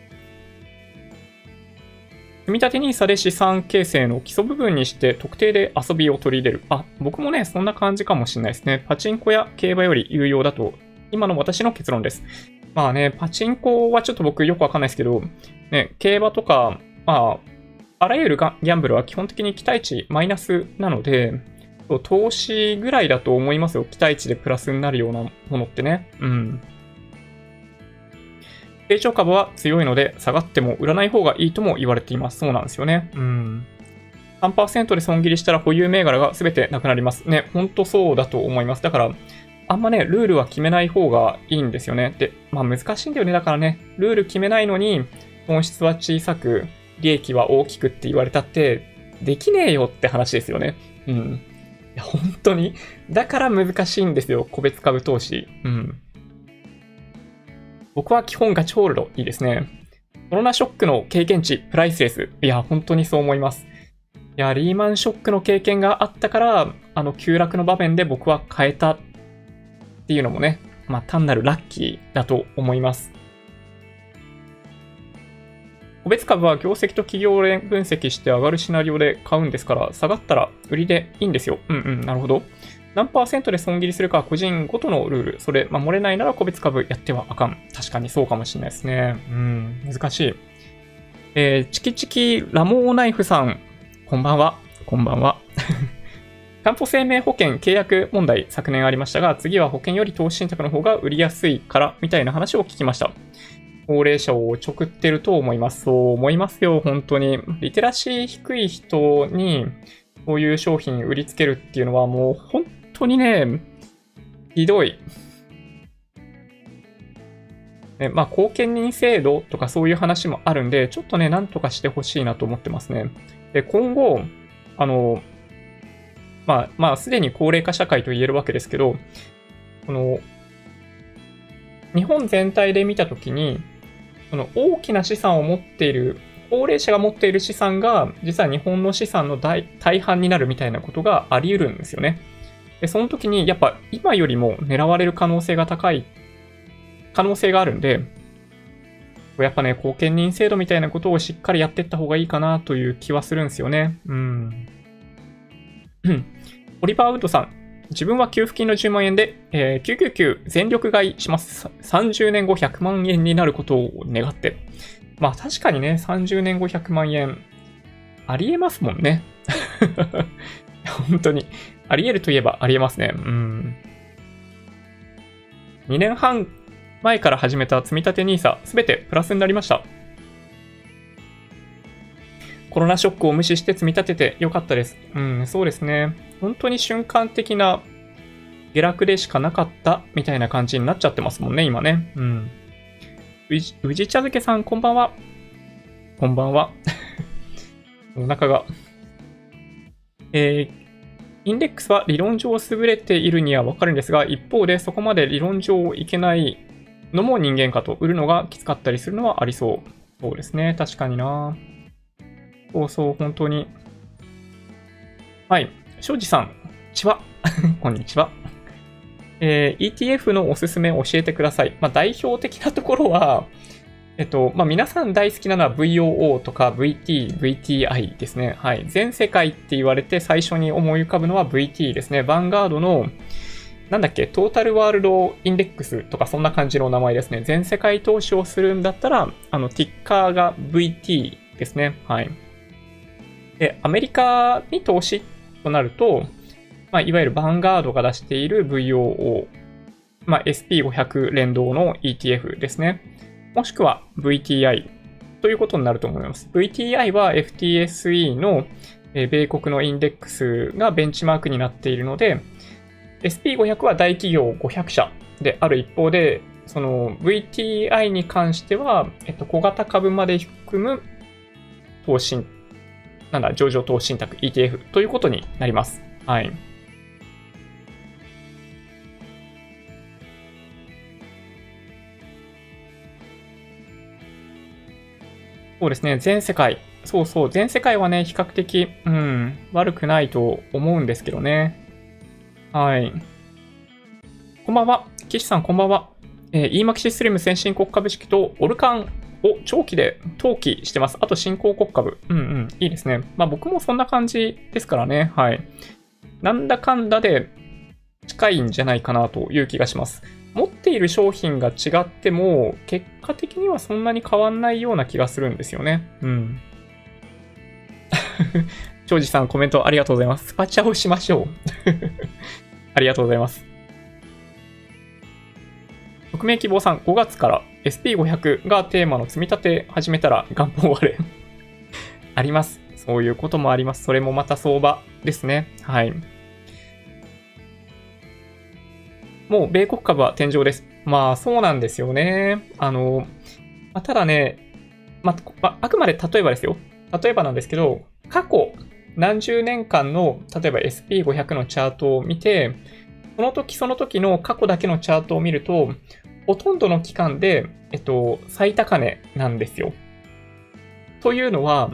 積立 ニーサ で資産形成の基礎部分にして特定で遊びを取り入れる。あ、僕もね、そんな感じかもしれないですね。パチンコや競馬より有用だと、今の私の結論です。まあね、パチンコはちょっと僕よくわかんないですけど、ね、競馬とか、まあ、あらゆるギャンブルは基本的に期待値マイナスなので、投資ぐらいだと思いますよ。期待値でプラスになるようなものってね。うん。成長株は強いので下がっても売らない方がいいとも言われています。そうなんですよね。うん。さんパーセント で損切りしたら保有銘柄が全てなくなります。ね、ほんとそうだと思います。だから、あんまね、ルールは決めない方がいいんですよね。で、まあ難しいんだよね。だからね、ルール決めないのに、損失は小さく、利益は大きくって言われたって、できねえよって話ですよね。うん。いや、本当に。だから難しいんですよ。個別株投資。うん。僕は基本ガチホールドいいですね。コロナショックの経験値、プライスレス。いや、本当にそう思います。いや、リーマンショックの経験があったから、あの、急落の場面で僕は変えたっていうのもね、まあ、単なるラッキーだと思います。個別株は業績と企業連分析して上がるシナリオで買うんですから、下がったら売りでいいんですよ。うんうん、なるほど。何パーセントで損切りするかは個人ごとのルール。それ、守れないなら個別株やってはあかん。確かにそうかもしれないですね。うん、難しい。えー、チキチキラモーナイフさん、こんばんは。こんばんは。担保生命保険契約問題昨年ありましたが、次は保険より投資信託の方が売りやすいからみたいな話を聞きました。高齢者をおちょくってると思います。そう思いますよ、本当に。リテラシー低い人に、こういう商品売りつけるっていうのはもう本当にね、ひどい。ね、まあ、後見人制度とかそういう話もあるんで、ちょっとね、なんとかしてほしいなと思ってますね。で、今後、あの、まあ、まあ、すでに高齢化社会と言えるわけですけど、この、日本全体で見たときに、その大きな資産を持っている高齢者が持っている資産が、実は日本の資産の 大, 大半になるみたいなことがあり得るんですよね。で、その時に、やっぱ今よりも狙われる可能性が高い、可能性があるんで、やっぱね、後見人制度みたいなことをしっかりやっていった方がいいかなという気はするんですよね。うん。オリバーウッドさん。自分は給付金のじゅうまんえんで、えー、きゅうきゅうきゅう全力買いします。さんじゅうねんごひゃくまんえんになることを願って。まあ確かにね、さんじゅうねんごひゃくまんえん、ありえますもんね。本当に。ありえるといえばありえますね。うん。にねんはん前から始めた積立 ニーサ、すべてプラスになりました。コロナショックを無視して積み立ててよかったです。うん、そうですね。本当に瞬間的な下落でしかなかったみたいな感じになっちゃってますもんね、今ね。うん。うじ、うじ茶漬けさん、こんばんは。こんばんは。お腹が。えー、インデックスは理論上優れているにはわかるんですが、一方でそこまで理論上いけないのも人間かと、売るのがきつかったりするのはありそう。そうですね、確かにな。そうそう、本当に。はい。庄司さん、ちは。こんにちは。えー、イーティーエフ のおすすめを教えてください。まあ、代表的なところは、えっと、まあ、皆さん大好きなのは ブイオーオー とか ブイティー、ブイティーアイ ですね。はい。全世界って言われて最初に思い浮かぶのは ブイティー ですね。ヴァンガードの、なんだっけ、トータルワールドインデックスとかそんな感じの名前ですね。全世界投資をするんだったら、あの、ティッカーが ブイティー ですね。はい。で、アメリカに投資となると、まあ、いわゆるヴァンガードが出している ブイオーオー、まあ、エスピーごひゃく 連動の イーティーエフ ですね。もしくは ブイティーアイ ということになると思います。ブイティーアイ は エフティーエスイー の米国のインデックスがベンチマークになっているので、エスピーごひゃく は大企業ごひゃくしゃである一方で、その ブイティーアイ に関しては、えっと、小型株まで含む投資、なんだ、上場投資信託 イーティーエフ ということになります。はい。そうですね、全世界。そうそう、全世界はね、比較的、うん、悪くないと思うんですけどね。はい。こんばんは。岸さん、こんばんは。えー、イーマキシスリム先進国株式とオルカンを長期で登記してます。あと新興国株。うんうん、いいですね。まあ僕もそんな感じですからね。はい。なんだかんだで近いんじゃないかなという気がします。持っている商品が違っても、結果的にはそんなに変わんないような気がするんですよね。うん。庄司さん、コメントありがとうございます。スパチャをしましょう。ありがとうございます。匿名希望さん、ごがつから エスピーごひゃく がテーマの積み立て始めたら元本割れ。あります。そういうこともあります。それもまた相場ですね。はい。もう米国株は天井です。まあそうなんですよね。あの、まあ、ただね、まあ、あくまで例えばですよ。例えばなんですけど、過去何十年間の例えば エスピーごひゃく のチャートを見て、その時その時の過去だけのチャートを見ると、ほとんどの期間で、えっと、最高値なんですよ。というのは、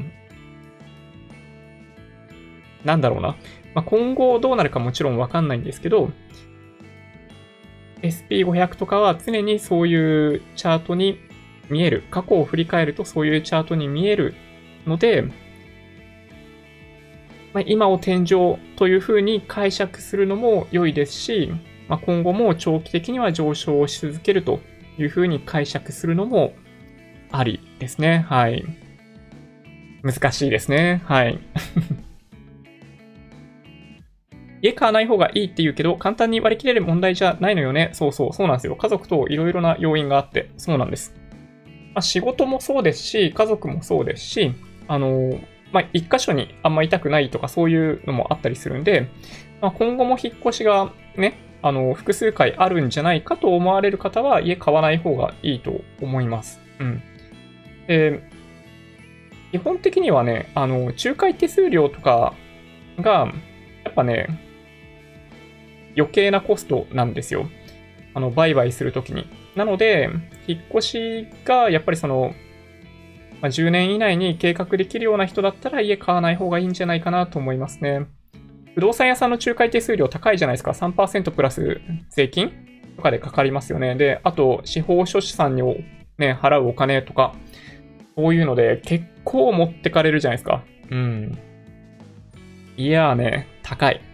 なんだろうな。まあ、今後どうなるかもちろんわかんないんですけど、エスピーごひゃく とかは常にそういうチャートに見える。過去を振り返るとそういうチャートに見えるので、まあ、今を天井というふうに解釈するのも良いですし、まあ、今後も長期的には上昇をし続けるというふうに解釈するのもありですね。はい。難しいですね。はい。家買わない方がいいって言うけど、簡単に割り切れる問題じゃないのよね。そうそう、そうなんですよ。家族といろいろな要因があって、そうなんです。まあ、仕事もそうですし、家族もそうですし、あの、まあ、一箇所にあんま痛くないとかそういうのもあったりするんで、まあ、今後も引っ越しがね、あの、複数回あるんじゃないかと思われる方は家買わない方がいいと思います。うん。で、基本的にはね、あの、仲介手数料とかが、やっぱね、余計なコストなんですよ。あの、売買するときに。なので、引っ越しが、やっぱりその、 まあ、じゅうねん以内に計画できるような人だったら家買わない方がいいんじゃないかなと思いますね。不動産屋さんの仲介手数料高いじゃないですか。さんパーセント プラス税金とかでかかりますよね。で、あと、司法書士さんにね、払うお金とか、そういうので結構持ってかれるじゃないですか。うん。いやーね、高い。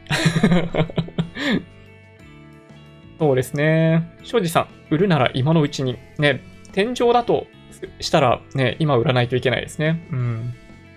そうですね。庄司さん、売るなら今のうちに。ね、天井だとしたらね、今売らないといけないですね。うん。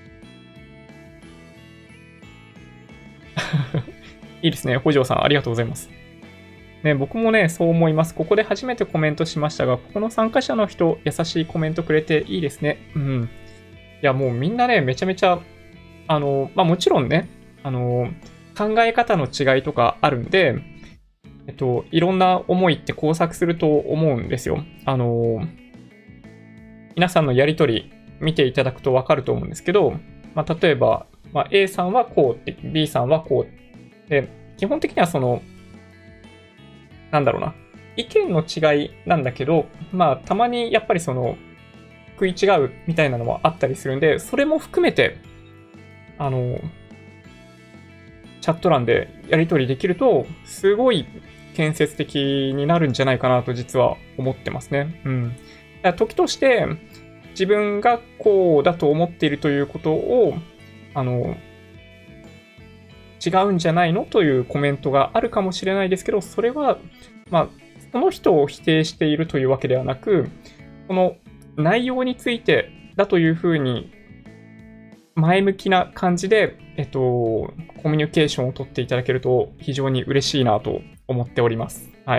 いいですね。補助さん、ありがとうございます。ね、僕もね、そう思います。ここで初めてコメントしましたが、ここの参加者の人、優しいコメントくれていいですね。うん。いや、もうみんなね、めちゃめちゃ、あの、まあもちろんね、あの、考え方の違いとかあるんで、えっと、いろんな思いって交錯すると思うんですよ。あの、皆さんのやりとり見ていただくとわかると思うんですけど、まあ、例えば、まあ、A さんはこうって、B さんはこう。で、基本的にはその、なんだろうな、意見の違いなんだけど、まあ、たまにやっぱりその、食い違うみたいなのもあったりするんで、それも含めて、あの、チャット欄でやり取りできると、すごい建設的になるんじゃないかなと実は思ってますね。うん。だから時として、自分がこうだと思っているということを、あの、違うんじゃないのというコメントがあるかもしれないですけど、それは、まあ、その人を否定しているというわけではなく、この内容についてだというふうに、前向きな感じで、えっと、コミュニケーションを取っていただけると非常に嬉しいなと思っております。はい。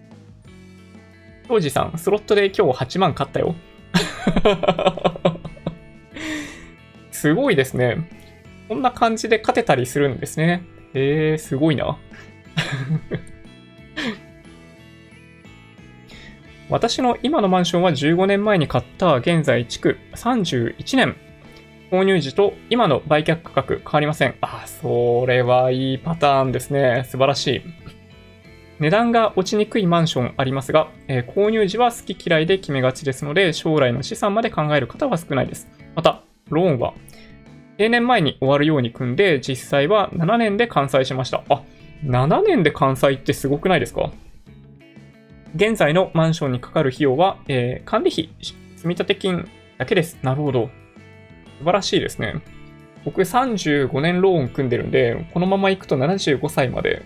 庄司さん、スロットで今日はちまん買ったよ。すごいですね。こんな感じで勝てたりするんですね。へえー、すごいな。私の今のマンションはじゅうごねんまえに買った現在築さんじゅういちねん。購入時と今の売却価格変わりません。あ、それはいいパターンですね。素晴らしい。値段が落ちにくいマンションありますが、えー、購入時は好き嫌いで決めがちですので、将来の資産まで考える方は少ないです。また、ローンは定年前に終わるように組んで、実際はななねんで完済しました。あ、ななねんで完済ってすごくないですか？現在のマンションにかかる費用は、えー、管理費、積立金だけです。なるほど。素晴らしいですね。僕さんじゅうごねんローン組んでるんで、このまま行くとななじゅうごさいまで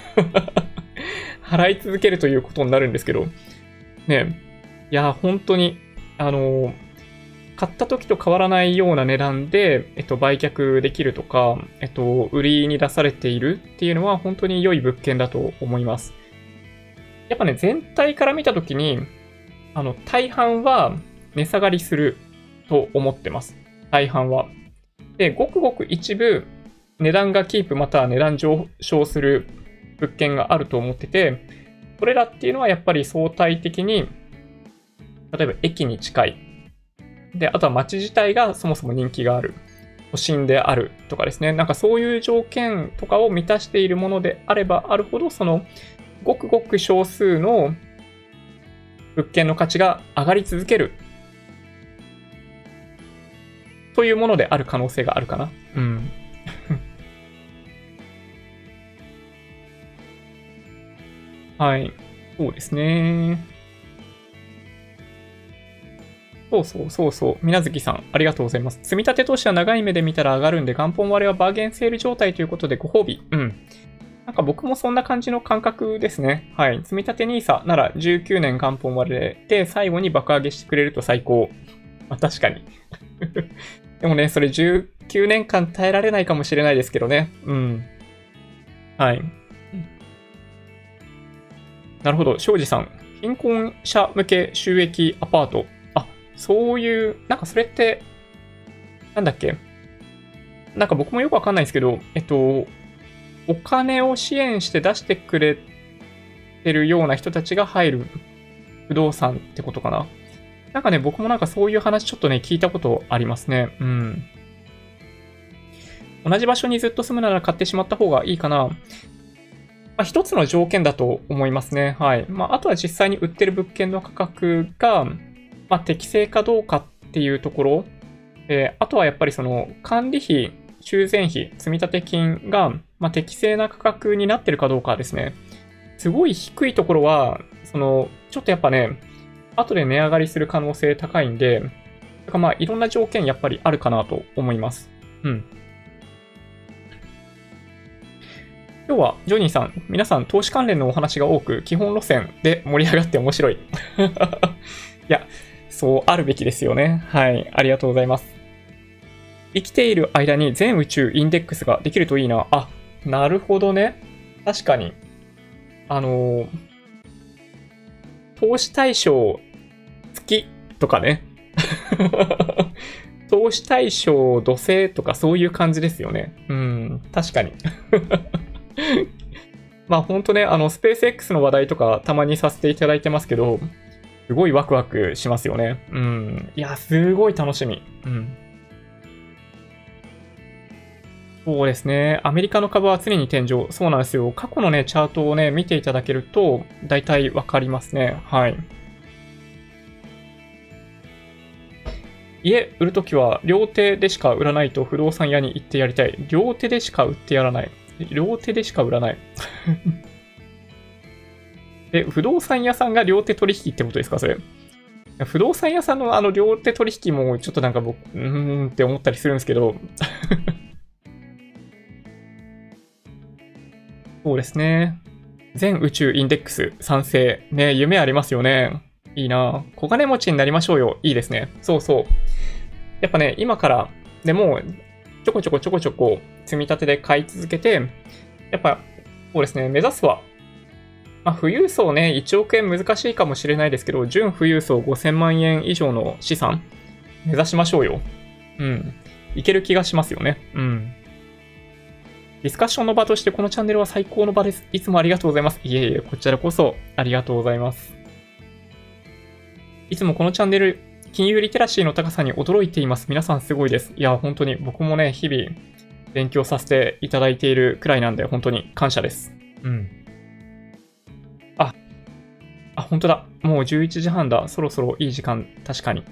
払い続けるということになるんですけど、ね、いや、本当に、あの、買った時と変わらないような値段で、えっと、売却できるとか、えっと、売りに出されているっていうのは本当に良い物件だと思います。やっぱね、全体から見た時に、あの、大半は値下がりすると思ってます。大半は。で、ごくごく一部、値段がキープまたは値段上昇する物件があると思ってて、これらっていうのはやっぱり相対的に、例えば駅に近い。で、あとは街自体がそもそも人気がある。都心であるとかですね。なんかそういう条件とかを満たしているものであればあるほど、その、ごくごく少数の物件の価値が上がり続ける。というものである可能性があるかな。うん。はい。そうですね。そうそうそうそう。みなずきさん、ありがとうございます。積み立て投資は長い目で見たら上がるんで、元本割れはバーゲンセール状態ということでご褒美。うん。なんか僕もそんな感じの感覚ですね。はい。積み立て ニーサ ならじゅうきゅうねん元本割れで、最後に爆上げしてくれると最高。まあ、確かに。でもね、それじゅうきゅうねんかん耐えられないかもしれないですけどね。うん。はい。なるほど。庄司さん。貧困者向け収益アパート。あ、そういう、なんかそれって、なんだっけ。なんか僕もよくわかんないんですけど、えっと、お金を支援して出してくれてるような人たちが入る不動産ってことかな。なんかね、僕もなんかそういう話ちょっとね、聞いたことありますね。うん。同じ場所にずっと住むなら買ってしまった方がいいかな。まあ、一つの条件だと思いますね。はい。まあ、あとは実際に売ってる物件の価格が、まあ、適正かどうかっっていうところ、えー、あとはやっぱりその管理費、修繕費、積立金が、まあ、適正な価格になってるかどうかですね。すごい低いところは、その、ちょっとやっぱね、後で値上がりする可能性高いんで、だからまあいろんな条件やっぱりあるかなと思います。うん。今日はジョニーさん、皆さん投資関連のお話が多く、基本路線で盛り上がって面白い。いや、そうあるべきですよね。はい、ありがとうございます。生きている間に全宇宙インデックスができるといいな。あ、なるほどね。確かに。あのー、投資対象月とかね。投資対象土星とかそういう感じですよね。うん、確かに。まあ本当ね、あの、スペース X の話題とかたまにさせていただいてますけど、すごいワクワクしますよね。うん。いや、すごい楽しみ。うん。そうですね。アメリカの株は常に天井。そうなんですよ。過去のね、チャートをね、見ていただけると、大体わかりますね。はい。家売るときは、両手でしか売らないと不動産屋に行ってやりたい。両手でしか売ってやらない。両手でしか売らない。え、不動産屋さんが両手取引ってことですかそれ。不動産屋さんのあの両手取引もちょっとなんか僕、うーんって思ったりするんですけど。そうですね。全宇宙インデックス賛成。ね、夢ありますよね。いいな。小金持ちになりましょうよ。いいですね。そうそう。やっぱね、今から、でも、ちょこちょこちょこちょこ積み立てで買い続けて、やっぱ、そうですね、目指すは、まあ、富裕層ね、いちおくえん難しいかもしれないですけど、純富裕層ごせんまんえん以上の資産、目指しましょうよ。うん。いける気がしますよね。うん。ディスカッションの場としてこのチャンネルは最高の場です。いつもありがとうございます。いえいえ、こちらこそありがとうございます。いつもこのチャンネル、金融リテラシーの高さに驚いています。皆さんすごいです。いや、本当に僕もね、日々勉強させていただいているくらいなんで、本当に感謝です。うん。あ、あ、本当だ。もうじゅういちじはんだ。そろそろいい時間。確かに。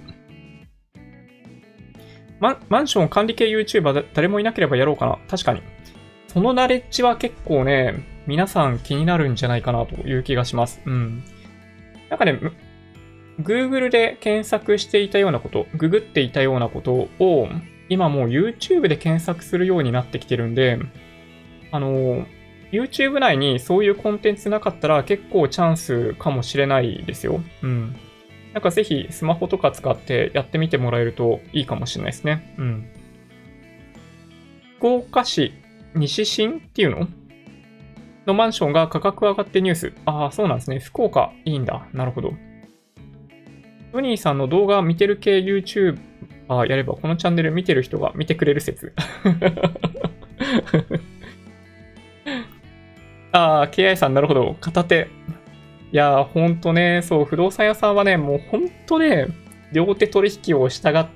ママンション管理系 YouTuber 誰もいなければやろうかな。確かに。そのナレッジは結構ね、皆さん気になるんじゃないかなという気がします。うん。なんかね、Google で検索していたようなこと、ググっていたようなことを、今もう YouTube で検索するようになってきてるんで、あの、YouTube 内にそういうコンテンツなかったら結構チャンスかもしれないですよ。うん。なんかぜひスマホとか使ってやってみてもらえるといいかもしれないですね。うん。福岡市西新っていうののマンションが価格上がってニュース。ああ、そうなんですね。福岡いいんだ。なるほど。トニーさんの動画見てる系 YouTuber やればこのチャンネル見てる人が見てくれる説。ああ、ケーアイ さんなるほど。片手。いやー、ほんとね、そう、不動産屋さんはね、もうほんとね、両手取引を従って、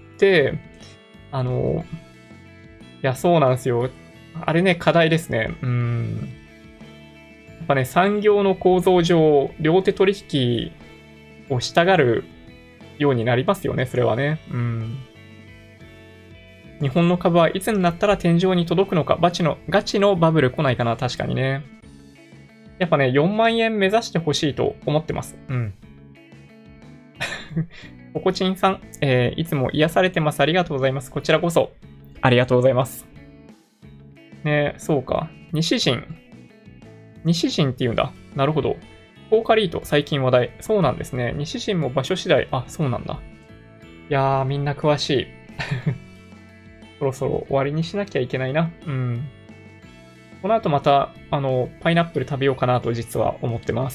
あの、いや、そうなんですよ。あれね、課題ですね。うーん。やっぱね、産業の構造上、両手取引をしたがるようになりますよね、それはね。うん。日本の株はいつになったら天井に届くのか、ガチの、ガチのバブル来ないかな、確かにね。やっぱね、よんまんえん目指してほしいと思ってます。うん。ココチンさん、えー、いつも癒されてます。ありがとうございます。こちらこそ、ありがとうございます。ね、そうか。西陣。西陣って言うんだ。なるほど。フォーカリート、最近話題。そうなんですね。西陣も場所次第。あ、そうなんだ。いやー、みんな詳しい。そろそろ終わりにしなきゃいけないな。うん。この後また、あの、パイナップル食べようかなと実は思ってます。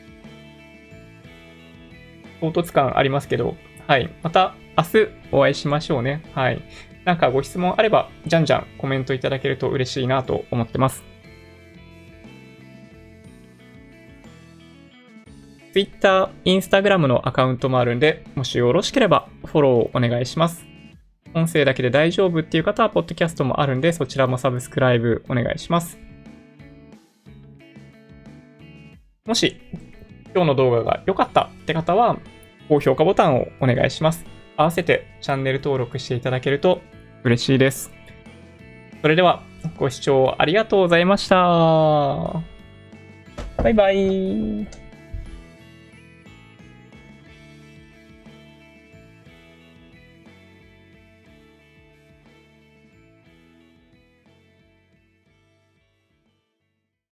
唐突感ありますけど、はい。また明日お会いしましょうね。はい。なんかご質問あれば、じゃんじゃんコメントいただけると嬉しいなと思ってます。Twitter、Instagram のアカウントもあるんで、もしよろしければフォローお願いします。音声だけで大丈夫っていう方は、ポッドキャストもあるんで、そちらもサブスクライブお願いします。もし、今日の動画が良かったって方は、高評価ボタンをお願いします。 合わせてチャンネル登録していただけると嬉しいです。それでは、ご視聴ありがとうございました。バイバイ。